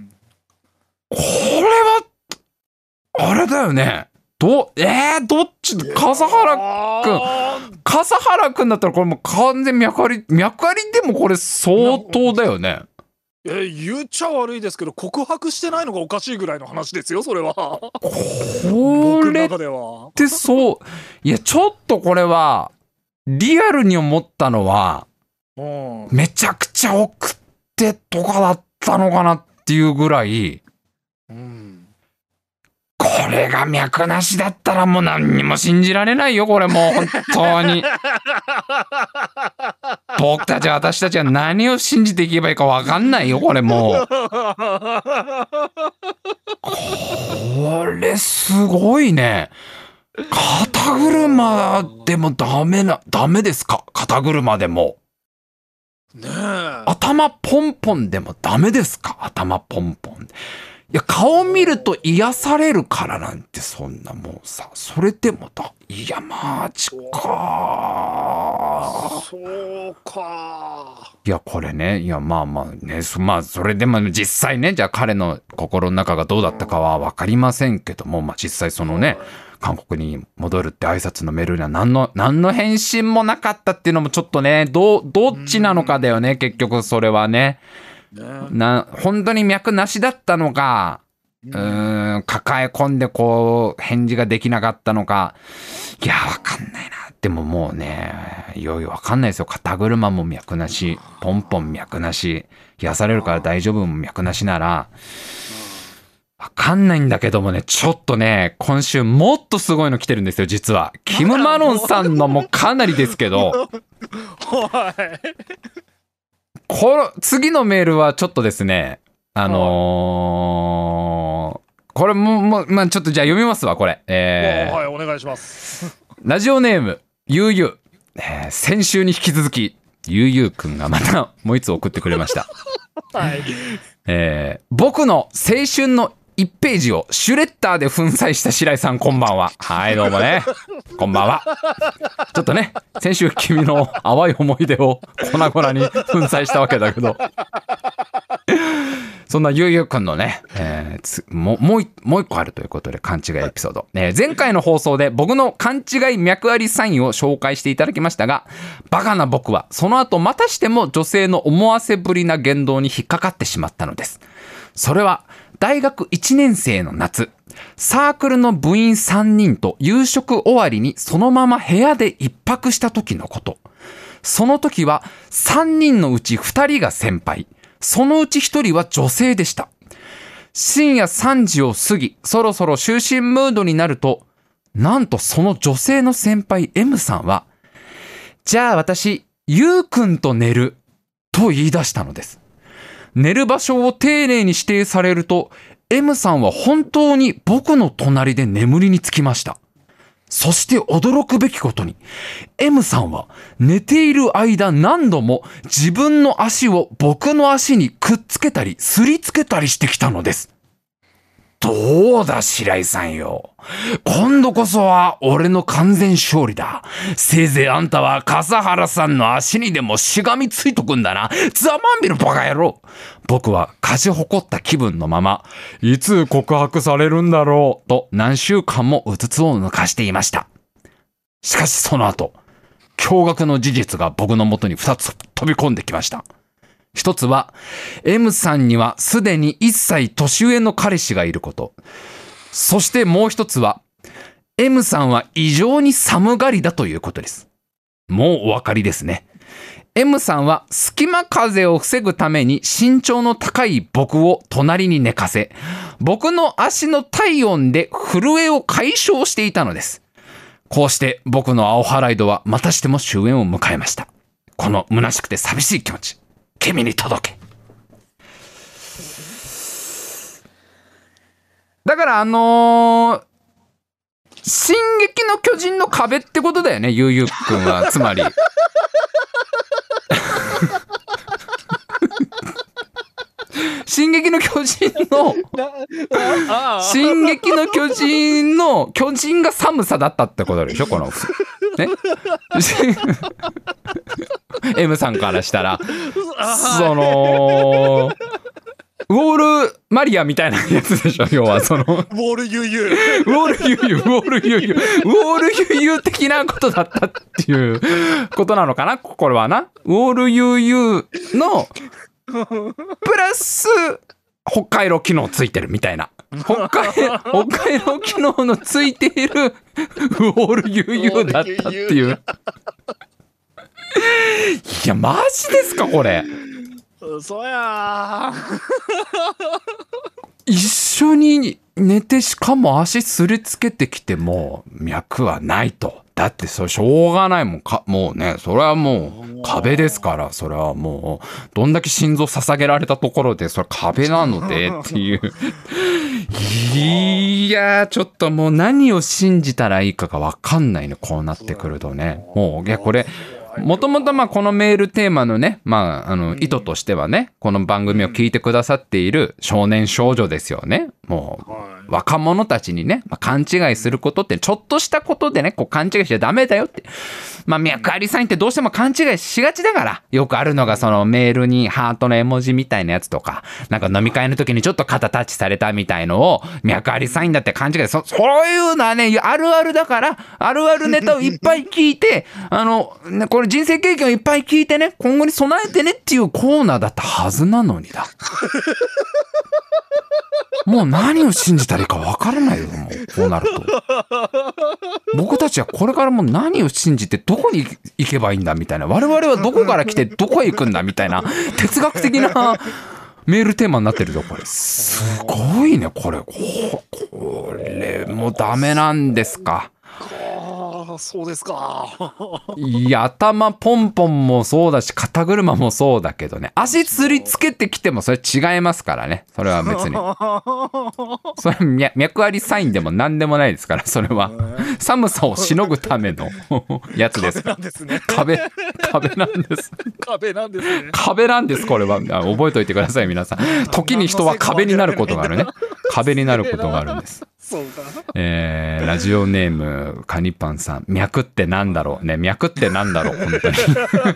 これはあれだよね。どえー、どっち笠原くん笠原くんだったらこれもう完全脈あり脈ありでもこれ相当だよね。 えー、言っちゃ悪いですけど告白してないのがおかしいぐらいの話ですよ、それは。これってそう、いやちょっとこれはリアルに思ったのは、めちゃくちゃ送ってとかだったのかなっていうぐらい、うん、これが脈なしだったらもう何にも信じられないよ、これもう本当に。僕たち私たちは何を信じていけばいいか分かんないよ、これもう。これすごいね。肩車でもダメなダメですか？肩車でも。ねえ、頭ポンポンでもダメですか？頭ポンポン。いや顔見ると癒されるからなんて、そんなもうさ、それでもだ、いやマジか。そうか。いやこれね、いやまあまあね、まあそれでも実際ね、じゃあ彼の心の中がどうだったかは分かりませんけども、まあ実際そのね、韓国に戻るって挨拶のメールには何の何の返信もなかったっていうのもちょっとね、どどっちなのかだよね、結局それはね。な本当に脈なしだったのか、うーん抱え込んでこう返事ができなかったのか、いや分かんないな。でももうね、いよいよ分かんないですよ。肩車も脈なし、ポンポン脈なし、癒されるから大丈夫も脈なしならわかんないんだけどもね、ちょっとね、今週もっとすごいの来てるんですよ、実は。キム・マロンさんのもかなりですけど、この次のメールはちょっとですね、あのー、これも、もまあ、ちょっとじゃあ読みますわ、これ。えー、はい、お願いします。 ラジオネーム、ゆうゆう。えー、先週に引き続き、 ゆうゆうくんがまたもう一つ送ってくれました。 はい。 えー、僕の青春のいちページをシュレッダーで粉砕した白井さん、こんばんは。はいどうもね、こんばんは。ちょっとね、先週君の淡い思い出を粉々に粉砕したわけだけど、そんなゆうゆうくんのね、えー、つももうもう一個あるということで、勘違いエピソード、えー、前回の放送で僕の勘違い脈ありサインを紹介していただきましたが、バカな僕はその後またしても女性の思わせぶりな言動に引っかかってしまったのです。それは大学いちねん生の夏、サークルの部員さんにんと夕食終わりにそのまま部屋で一泊した時のこと。その時はさんにんのうちふたりが先輩、そのうちひとりは女性でした。深夜さんじを過ぎ、そろそろ就寝ムードになると、なんとその女性の先輩 M さんは、じゃあ私、ゆうくんと寝ると言い出したのです。寝る場所を丁寧に指定されると、M さんは本当に僕の隣で眠りにつきました。そして驚くべきことに、M さんは寝ている間何度も自分の足を僕の足にくっつけたりすりつけたりしてきたのです。どうだ白井さんよ。今度こそは俺の完全勝利だ。せいぜいあんたは笠原さんの足にでもしがみついとくんだな。ざまんびのバカ野郎。僕は勝ち誇った気分のまま、いつ告白されるんだろうと何週間もうつつを抜かしていました。しかしその後、驚愕の事実が僕の元にふたつ飛び込んできました。一つは M さんにはすでにいっさい年上の彼氏がいること。そしてもう一つは M さんは異常に寒がりだということです。もうお分かりですね。M さんは隙間風を防ぐために身長の高い僕を隣に寝かせ、僕の足の体温で震えを解消していたのです。こうして僕の青ハライドはまたしても終焉を迎えました。この虚しくて寂しい気持ち、君に届け。だからあのー、進撃の巨人の壁ってことだよね、ゆうゆうくんは。つまり進撃の巨人の進撃の巨人の巨人が寒さだったってことでしょ、このねM さんからしたら、そのウォールマリアみたいなやつでしょ、要はそのウォールユーユーウォールユーユーウォールユーユーウォールユーユー的なことだったっていうことなのかな、これはな。ウォールユーユーのプラス北海道機能ついてるみたいな、北海北海道機能のついているウォールユーユーだったっていう。いやマジですかこれ。 そや一緒に寝て、しかも足すりつけてきても脈はないと。だってそれしょうがないもんか、もうね、それはもう壁ですから、それはもうどんだけ心臓捧げられたところでそれ壁なのでっていういやちょっともう何を信じたらいいかが分かんないね、こうなってくるとね。もういやこれもともとまあこのメールテーマのね、まああの意図としてはね、この番組を聞いてくださっている少年少女ですよね。もう若者たちにね、まあ、勘違いすることってちょっとしたことでね、こう勘違いしちゃダメだよって。まあ脈ありサインってどうしても勘違いしがちだから、よくあるのがそのメールにハートの絵文字みたいなやつとか、なんか飲み会の時にちょっと肩タッチされたみたいのを脈ありサインだって勘違い、そそういうのはねあるあるだから、あるあるネタをいっぱい聞いてあのこれ人生経験をいっぱい聞いてね、今後に備えてねっていうコーナーだったはずなのにだもう何を信じたらいいか分からないよ、もうこうなると。僕たちはこれからもう何を信じてどこに行けばいいんだみたいな、我々はどこから来てどこへ行くんだみたいな哲学的なメールテーマになってるぞこれ。すごいねこれ。これもうダメなんですか。 あ、そうですか。 いや、頭ポンポンもそうだし肩車もそうだけどね、足つりつけてきてもそれ違いますからね。それは別にそれは脈ありサインでも何でもないですから、それは寒さをしのぐためのやつです。 壁なんですね。 壁壁なんです壁なんですね。 壁なんです。これは覚えておいてください皆さん。時に人は壁になることがあるね。壁になることがあるんです。 そうか。 えー、ラジオネームカニパンさん、脈ってなんだろうね。脈ってなんだろう本当に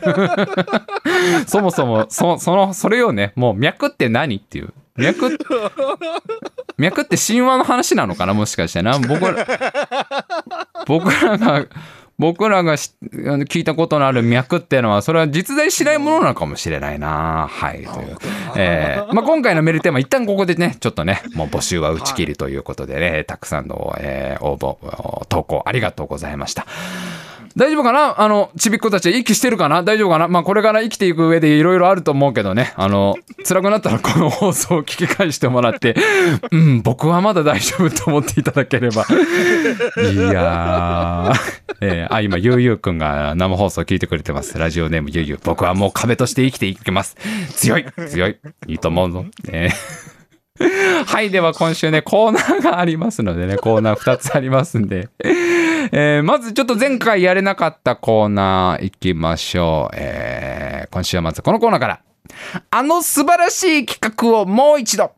そもそもそそのそれよね。もう脈って何っていう、脈脈って神話の話なのかな、もしかしてな。僕ら僕らが僕らが聞いたことのある脈っていうのは、それは実在しないものなのかもしれないな。はい、という、えーまあ、今回のメールテーマ一旦ここでねちょっとねもう募集は打ち切りということでね、はい、たくさんの、えー、応募投稿ありがとうございました。大丈夫かな、あのちびっ子たち息してるかな、大丈夫かな。まあこれから生きていく上でいろいろあると思うけどね、あの辛くなったらこの放送を聞き返してもらってうん僕はまだ大丈夫と思っていただければいやー、えー、あ今ゆうゆうくんが生放送聞いてくれてます。ラジオネームゆうゆう、僕はもう壁として生きていきます。強い強いいいと思うぞ、えーはい、では今週ねコーナーがありますのでね、コーナーふたつありますんでえー、まずちょっと前回やれなかったコーナーいきましょう。えー、今週はまずこのコーナーから、あの素晴らしい企画をもう一度。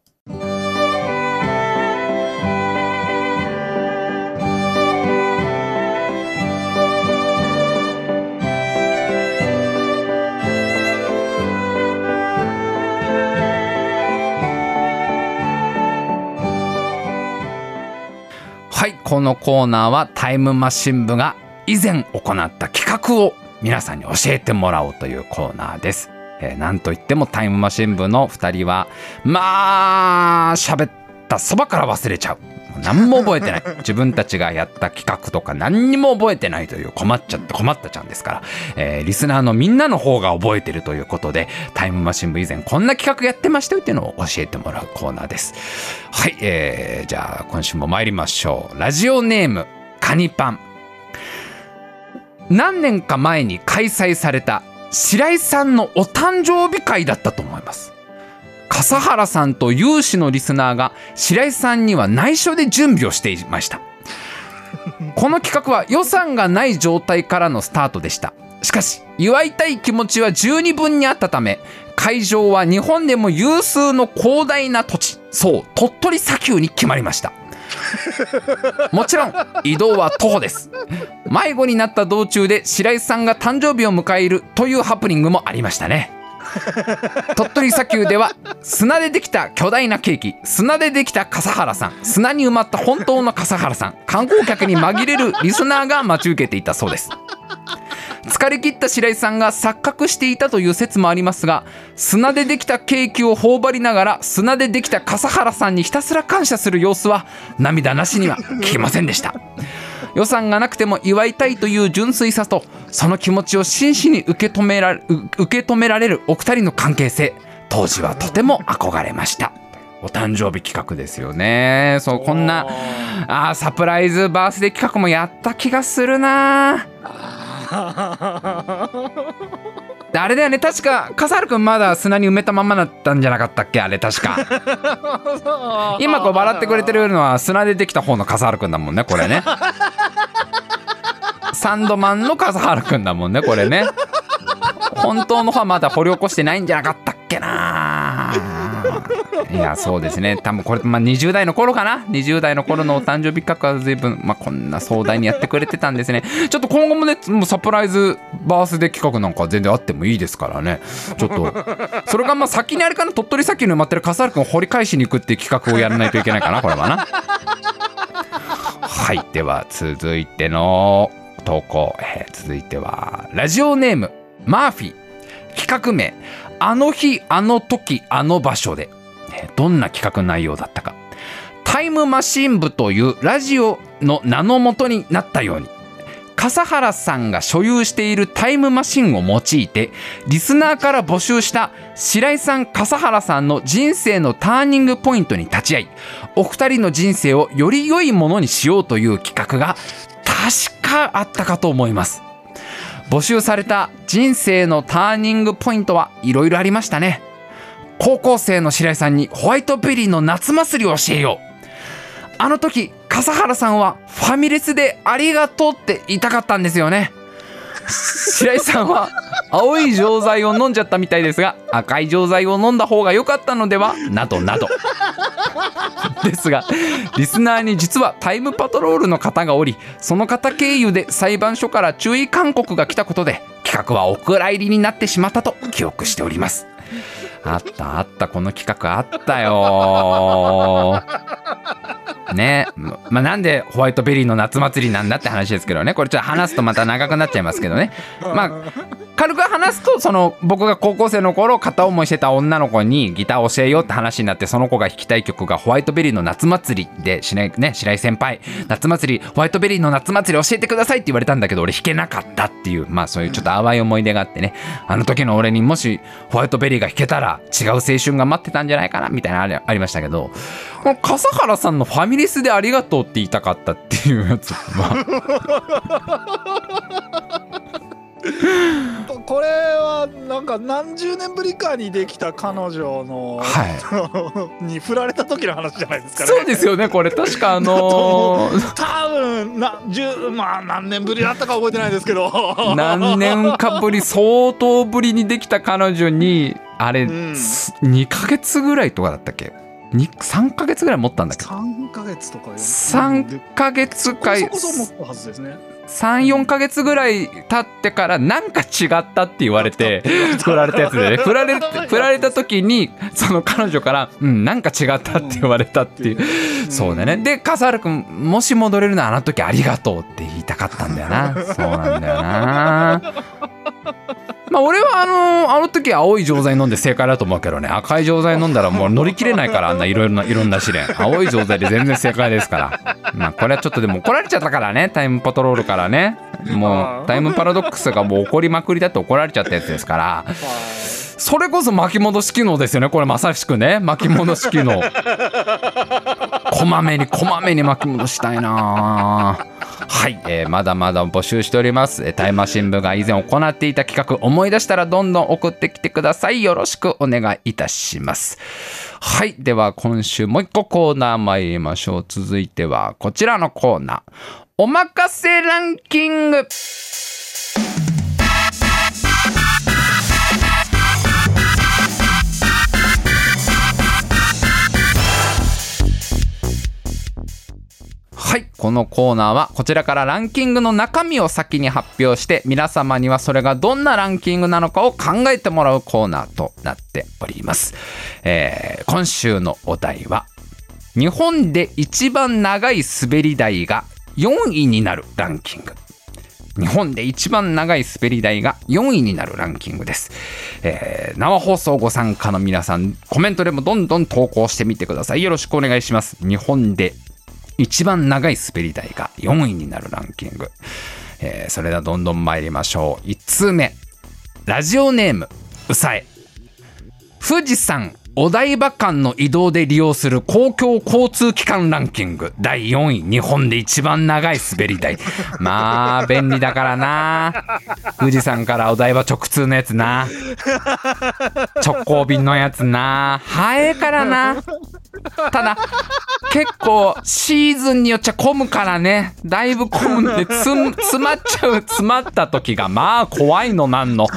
はい、このコーナーはタイムマシン部が以前行った企画を皆さんに教えてもらおうというコーナーです。えー、なんといってもタイムマシン部のふたりはまあ喋ったそばから忘れちゃう。何も覚えてない。自分たちがやった企画とか何にも覚えてないという困っちゃって困ったちゃんですから、えー、リスナーのみんなの方が覚えてるということで、タイムマシン部以前こんな企画やってましたよっていうのを教えてもらうコーナーです。はい、えー、じゃあ今週も参りましょう。ラジオネームカニパン。何年か前に開催された白井さんのお誕生日会だったと思います。笠原さんと有志のリスナーが白井さんには内緒で準備をしていました。この企画は予算がない状態からのスタートでした。しかし祝いたい気持ちは十二分にあったため、会場は日本でも有数の広大な土地、そう鳥取砂丘に決まりました。もちろん移動は徒歩です。迷子になった道中で白井さんが誕生日を迎えるというハプニングもありましたね。鳥取砂丘では砂でできた巨大なケーキ、砂でできた笠原さん、砂に埋まった本当の笠原さん、観光客に紛れるリスナーが待ち受けていたそうです。疲れ切った白井さんが錯覚していたという説もありますが、砂でできたケーキを頬張りながら砂でできた笠原さんにひたすら感謝する様子は涙なしには聞けませんでした。予算がなくても祝いたいという純粋さと、その気持ちを真摯に受け止められ、受け止められるお二人の関係性、当時はとても憧れました。お誕生日企画ですよね。そう、こんなあサプライズバースデー企画もやった気がするな。あれだよね、確か笠原くんまだ砂に埋めたままだったんじゃなかったっけ、あれ確か。今こう笑ってくれてるのは砂でできた方の笠原くんだもんね、これね。サンドマンの笠原くんだもんね、これね。本当の方はまだ掘り起こしてないんじゃなかったっけな。いやそうですね、多分これ、まあ、にじゅう代の頃かな、にじゅう代の頃のお誕生日企画は随分、まあ、こんな壮大にやってくれてたんですね。ちょっと今後もね、もうサプライズバースデー企画なんか全然あってもいいですからね。ちょっとそれがまあ先にあれかな、鳥取砂丘に埋まってる笠原くんを掘り返しに行くっていう企画をやらないといけないかな、これはな。はい、では続いての投稿、えー、続いてはラジオネームマーフィー。企画名、あの日あの時あの場所で。どんな企画内容だったか。タイムマシン部というラジオの名の元になったように、笠原さんが所有しているタイムマシンを用いてリスナーから募集した白井さん笠原さんの人生のターニングポイントに立ち会い、お二人の人生をより良いものにしようという企画が確かあったかと思います。募集された人生のターニングポイントはいろいろありましたね。高校生の白井さんにホワイトベリーの夏祭りを教えよう。あの時笠原さんはファミレスでありがとうって言いたかったんですよね。白井さんは青い錠剤を飲んじゃったみたいですが、赤い錠剤を飲んだ方が良かったのでは、などなどですが、リスナーに実はタイムパトロールの方がおり、その方経由で裁判所から注意勧告が来たことで企画はお蔵入りになってしまったと記憶しております。あったあった、この企画あったよね。まあ、なんでホワイトベリーの夏祭りなんだって話ですけどね、これちょっと話すとまた長くなっちゃいますけどね。まあ軽く話すと、その僕が高校生の頃片思いしてた女の子にギターを教えようって話になって、その子が弾きたい曲がホワイトベリーの夏祭りで、白井ね、白井先輩夏祭りホワイトベリーの夏祭り教えてくださいって言われたんだけど、俺弾けなかったっていう、まあそういうちょっと淡い思い出があってね、あの時の俺にもしホワイトベリーが弾けたら違う青春が待ってたんじゃないかなみたいなのありましたけど、この笠原さんのファミレスでありがとうって言いたかったっていうやつ、まあこれはなんか何十年ぶりかにできた彼女の、はい、に振られた時の話じゃないですかね。 そうですよね、これ確かあのー、 多分な十まあ何年ぶりだったか覚えてないですけど何年かぶり、相当ぶりにできた彼女にあれ、うん、にかげつぐらいとかだったっけ、さんかげつぐらい持ったんだっけ。 さんかげつとかさんかげつかそこそこ持ったはずですね。 さん、よんかげつぐらい経ってからなんか違ったって言われて振られたやつでね、振られ振られた時にその彼女からうんなんか違ったって言われたっていう、うん、そうだね。で笠原くんもし戻れるならあの時ありがとうって言いたかったんだよな。そうなんだよな。まあ俺はあのあの時青い錠剤飲んで正解だと思うけどね、赤い錠剤飲んだらもう乗り切れないから、あんないろいろないろんな試練、青い錠剤で全然正解ですから。まあこれはちょっとでも怒られちゃったからね、タイムパトロールからね、もうタイムパラドックスがもう怒りまくりだって怒られちゃったやつですから、それこそ巻き戻し機能ですよね、これまさしくね、巻き戻し機能こまめにこまめに巻き戻したいな。はい、えー、まだまだ募集しております。タイムマシン部が以前行っていた企画思い出したらどんどん送ってきてください。よろしくお願いいたします。はい、では今週もう一個コーナー参りましょう。続いてはこちらのコーナー、おまかせランキング。はい、このコーナーはこちらからランキングの中身を先に発表して、皆様にはそれがどんなランキングなのかを考えてもらうコーナーとなっております。えー、今週のお題は日本で一番長い滑り台がよんいになるランキング。日本で一番長い滑り台がよんいになるランキングです。えー、生放送ご参加の皆さん、コメントでもどんどん投稿してみてください。よろしくお願いします。日本で一番長い滑り台がよんいになるランキング、えー、それではどんどん参りましょう。いち通目、ラジオネームうさえ。富士山お台場間の移動で利用する公共交通機関ランキングだいよんい、日本で一番長い滑り台。まあ便利だからな、富士山からお台場直通のやつな、直行便のやつな、早いからな。ただ結構シーズンによっちゃ混むからね、だいぶ混むんでつ詰まっちゃう、詰まった時がまあ怖いのなんの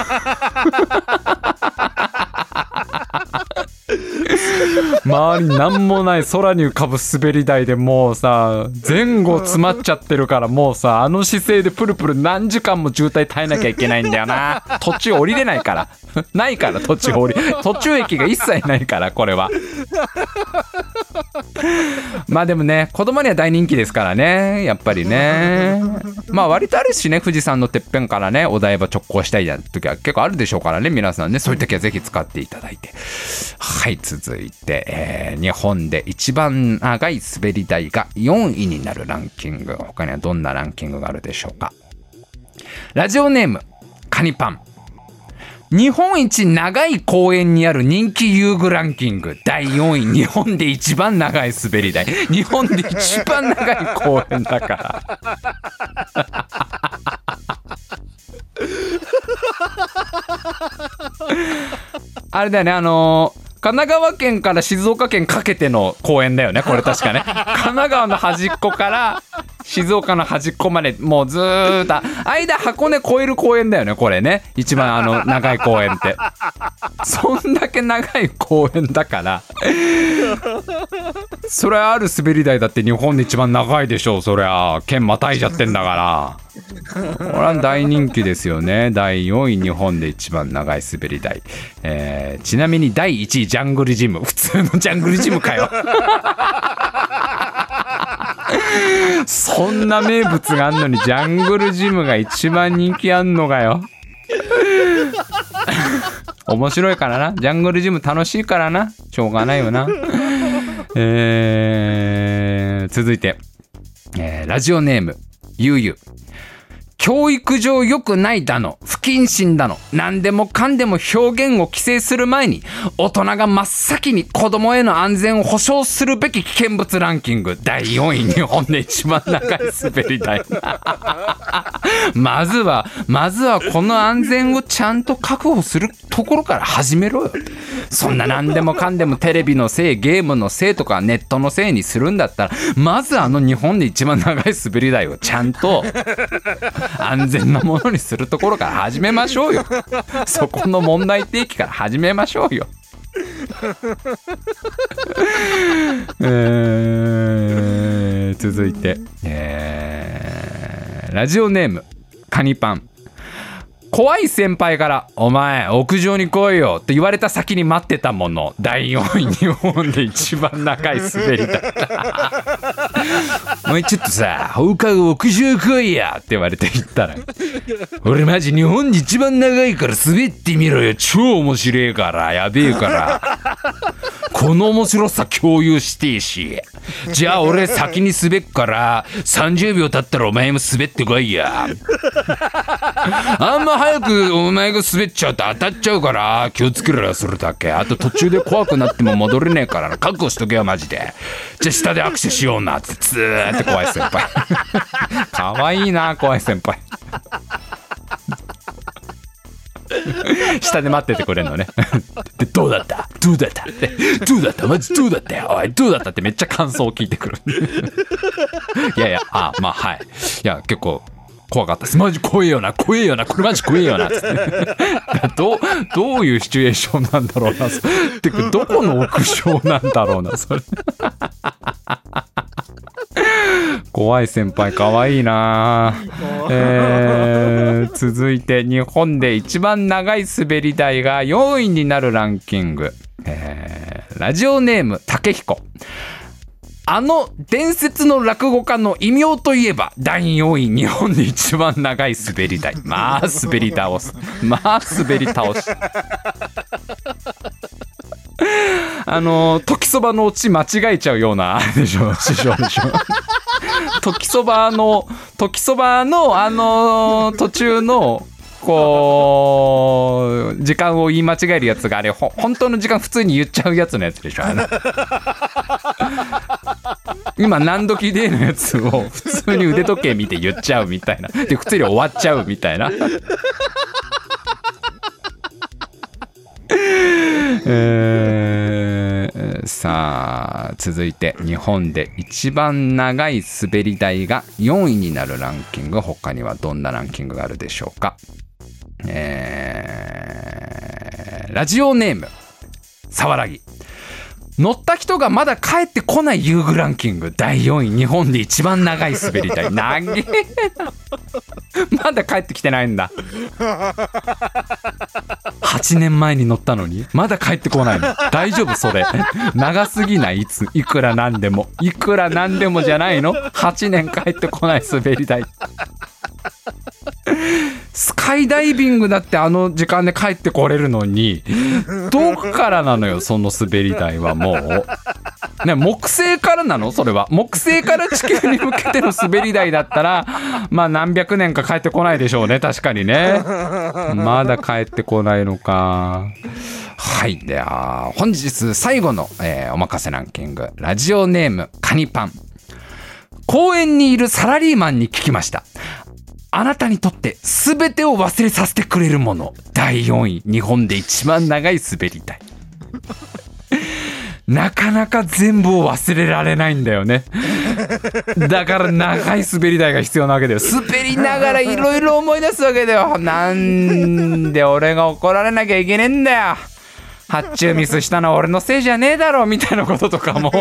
周りなんもない空に浮かぶ滑り台でもうさ前後詰まっちゃってるから、もうさあの姿勢でプルプル何時間も渋滞耐えなきゃいけないんだよな。途中降りれないからないから、途中降り途中駅が一切ないから、これはまあでもね、子供には大人気ですからね、やっぱりね。まあ割とあるしね、富士山のてっぺんからねお台場直行したい時は結構あるでしょうからね、皆さんね、そういう時はぜひ使っていただいて。はい、続いて、えー、日本で一番長い滑り台がよんいになるランキング、他にはどんなランキングがあるでしょうか。ラジオネームカニパン。 日本一長い公園にある人気遊具ランキングだいよんい、日本で一番長い滑り台。日本で一番長い公園だからあれだよね、あのー神奈川県から静岡県かけての公園だよね、これ確かね。神奈川の端っこから静岡の端っこまでもうずーっと間箱根越える公園だよね、これね。一番あの長い公園って。そんだけ長い公園だからそれある滑り台だって日本で一番長いでしょう。そりゃ県またいじゃってんだからこれは大人気ですよね。だいよんい、日本で一番長い滑り台、えー、ちなみにだいいちいジャングルジム。普通のジャングルジムかよそんな名物があんのにジャングルジムが一番人気あんのかよ面白いからな、ジャングルジム楽しいからな、しょうがないよなえー、続いて、えー、ラジオネームゆうゆう。教育上良くないだの、不謹慎だの、何でもかんでも表現を規制する前に大人が真っ先に子供への安全を保障するべき危険物ランキングだいよんい、日本で一番長い滑り台まずはまずはこの安全をちゃんと確保するところから始めろよ。そんな何でもかんでもテレビのせい、ゲームのせいとかネットのせいにするんだったら、まずあの日本で一番長い滑り台をちゃんと安全なものにするところから始めましょうよ。そこの問題提起から始めましょうよえー、続いて、えー、ラジオネームカニパン。怖い先輩からお前屋上に来いよって言われた先に待ってたものだいよんい、日本で一番長い滑り台お前ちょっとさ放課後屋上来いやって言われて行ったら俺マジ日本で一番長いから滑ってみろよ、超面白いからやべえからこの面白さ共有してえし、じゃあ俺先に滑っからさんじゅうびょう経ったらお前も滑ってこいやあんま早くお前が滑っちゃうと当たっちゃうから気をつけろよ、それだけ。あと途中で怖くなっても戻れねえからな、覚悟しとけよマジで。じゃあ下で握手しようなってずーって怖い先輩かわいいな怖い先輩下で待っててくれんのねでどうだったどうだったってどうだったマジどうだったよおいどうだったってめっちゃ感想を聞いてくるいやいやあまあはいいや結構怖かったです。マジ怖えよな怖えよなこれマジ怖えよなつってどうどういうシチュエーションなんだろうなってかどこの屋上なんだろうなそれ怖い先輩かわいいな、えー、続いて日本で一番長い滑り台がよんいになるランキング、えー、ラジオネーム竹彦。あの伝説の落語家の異名といえばだいよんい、日本で一番長い滑り台。まあ滑り倒すまあ滑り倒しあの時そばのオチ間違えちゃうようなでしょ師匠でしょ時そばの時そばのあの途中のこう時間を言い間違えるやつがあれほ本当の時間普通に言っちゃうやつのやつでしょ今何時でのやつを普通に腕時計見て言っちゃうみたいなで普通に終わっちゃうみたいなえー、さあ続いて日本で一番長い滑り台がよんいになるランキング、他にはどんなランキングがあるでしょうか。えー、ラジオネームさわらぎ。乗った人がまだ帰ってこない遊具ランキングだいよんい、日本で一番長い滑り台。長えなまだ帰ってきてないんだはちねんまえに乗ったのにまだ帰ってこないの大丈夫それ長すぎない？いついくらなんでもいくらなんでもじゃないの？はちねん帰ってこない滑り台スカイダイビングだってあの時間で帰ってこれるのにどこからなのよその滑り台は。もうね、木星からなのそれは。木星から地球に向けての滑り台だったらまあ何百年か帰ってこないでしょうね。確かにね。まだ帰ってこないのか。はい。では本日最後の、えー、おまかせランキング、ラジオネームカニパン。公園にいるサラリーマンに聞きました。あなたにとって全てを忘れさせてくれるもの。だいよんい、日本で一番長い滑り台。なかなか全部を忘れられないんだよね。だから長い滑り台が必要なわけだよ。滑りながらいろいろ思い出すわけだよ。なんで俺が怒られなきゃいけねえんだよ。発注ミスしたのは俺のせいじゃねえだろみたいなこととかも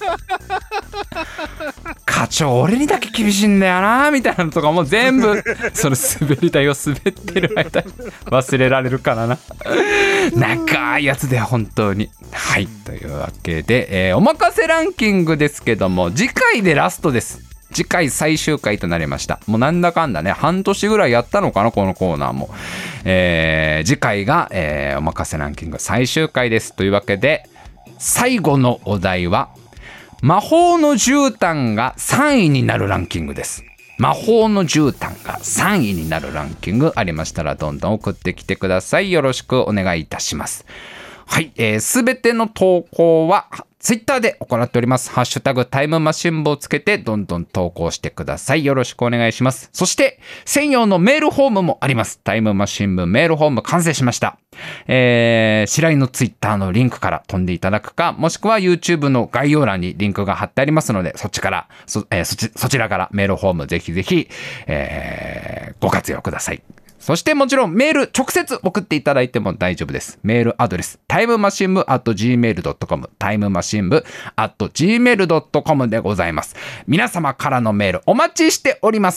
課長俺にだけ厳しいんだよなみたいなのとかも全部その滑り台を滑ってる間に忘れられるからな。長いやつだよ本当に。はい、というわけで、えー、おまかせランキングですけども次回でラストです。次回最終回となりました。もうなんだかんだね半年ぐらいやったのかなこのコーナーも、えー、次回が、えー、おまかせランキング最終回です。というわけで最後のお題は魔法の絨毯がさんいになるランキングです。魔法の絨毯がさんいになるランキングありましたらどんどん送ってきてください。よろしくお願いいたします。はい、えー、すべての投稿はツイッターで行っております。ハッシュタグタイムマシン部をつけてどんどん投稿してください。よろしくお願いします。そして専用のメールフォームもあります。タイムマシン部メールフォーム完成しました。えー、白井のツイッターのリンクから飛んでいただくか、もしくは YouTube の概要欄にリンクが貼ってありますので、そっちから そ,、えー、そ, ちそちらからメールフォームぜひぜひ、えー、ご活用ください。そしてもちろんメール直接送っていただいても大丈夫です。メールアドレスタイムマシン部 アットジーメールドットコム タイムマシン部 アットジーメールドットコム でございます。皆様からのメールお待ちしております。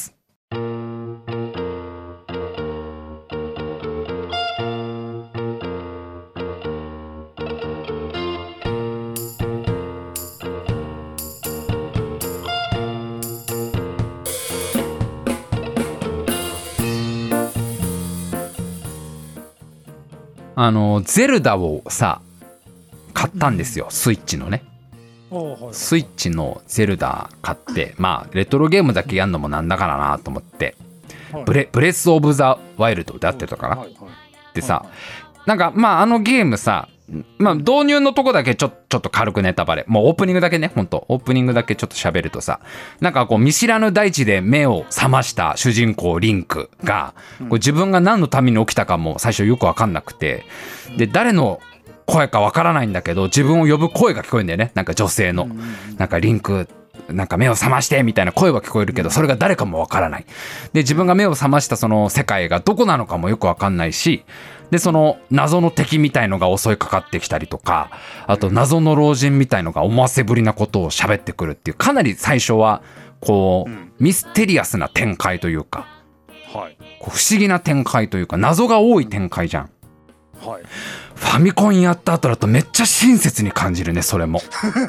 あのゼルダをさ買ったんですよ、スイッチのね。スイッチのゼルダ買って、まあレトロゲームだけやんのもなんだからなと思って、ブレ、ブレスオブザワイルドであってたかな。でさ、なんかまああのゲームさ、まあ導入のとこだけちょちょっと軽くネタバレ、もうオープニングだけね、ほんとオープニングだけちょっと喋るとさ、なんかこう見知らぬ大地で目を覚ました主人公リンクが、こう自分が何のために起きたかも最初よく分かんなくて、で誰の声か分からないんだけど自分を呼ぶ声が聞こえるんだよね。なんか女性のなんかリンクなんか目を覚ましてみたいな声は聞こえるけど、それが誰かもわからない。で自分が目を覚ましたその世界がどこなのかもよくわかんないし、でその謎の敵みたいのが襲いかかってきたりとか、あと謎の老人みたいのが思わせぶりなことを喋ってくるっていう、かなり最初はこう、うん、ミステリアスな展開というか、はい、こう不思議な展開というか謎が多い展開じゃん。はい、ファミコンやった後だとめっちゃ親切に感じるね。それも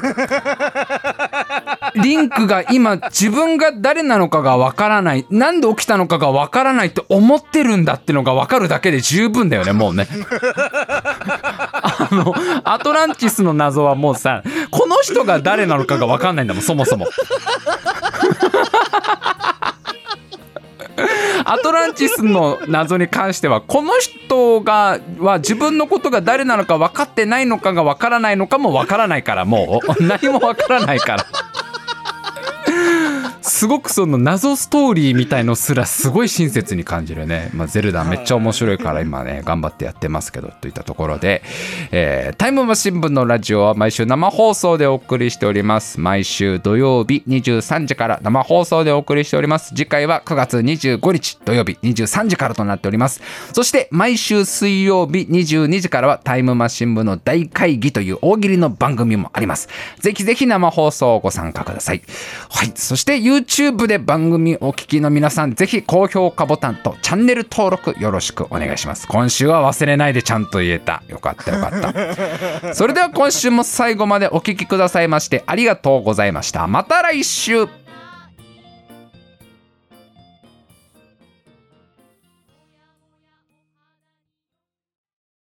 リンクが今自分が誰なのかがわからない、なんで起きたのかがわからないって思ってるんだってのがわかるだけで十分だよね。もうねあのアトランティスの謎はもうさ、この人が誰なのかがわかんないんだもん、そもそもアトランティスの謎に関してはこの人がは自分のことが誰なのか分かってないのかが分からないのかも分からないから、もう何も分からないからすごくその謎ストーリーみたいのすらすごい親切に感じるね。まあ、ゼルダめっちゃ面白いから今ね頑張ってやってますけど、といったところで、えー、タイムマシン部のラジオは毎週生放送でお送りしております。毎週土曜日にじゅうさんじから生放送でお送りしております。次回はくがつにじゅうごにち土曜日にじゅうさんじからとなっております。そして毎週水曜日にじゅうにじからはタイムマシン部の大会議という大喜利の番組もあります。ぜひぜひ生放送ご参加ください。はい、そして YouTube で番組お聞きの皆さん、ぜひ高評価ボタンとチャンネル登録よろしくお願いします。今週は忘れないでちゃんと言えた。よかったよかったそれでは今週も最後までお聞きくださいましてありがとうございました。また来週。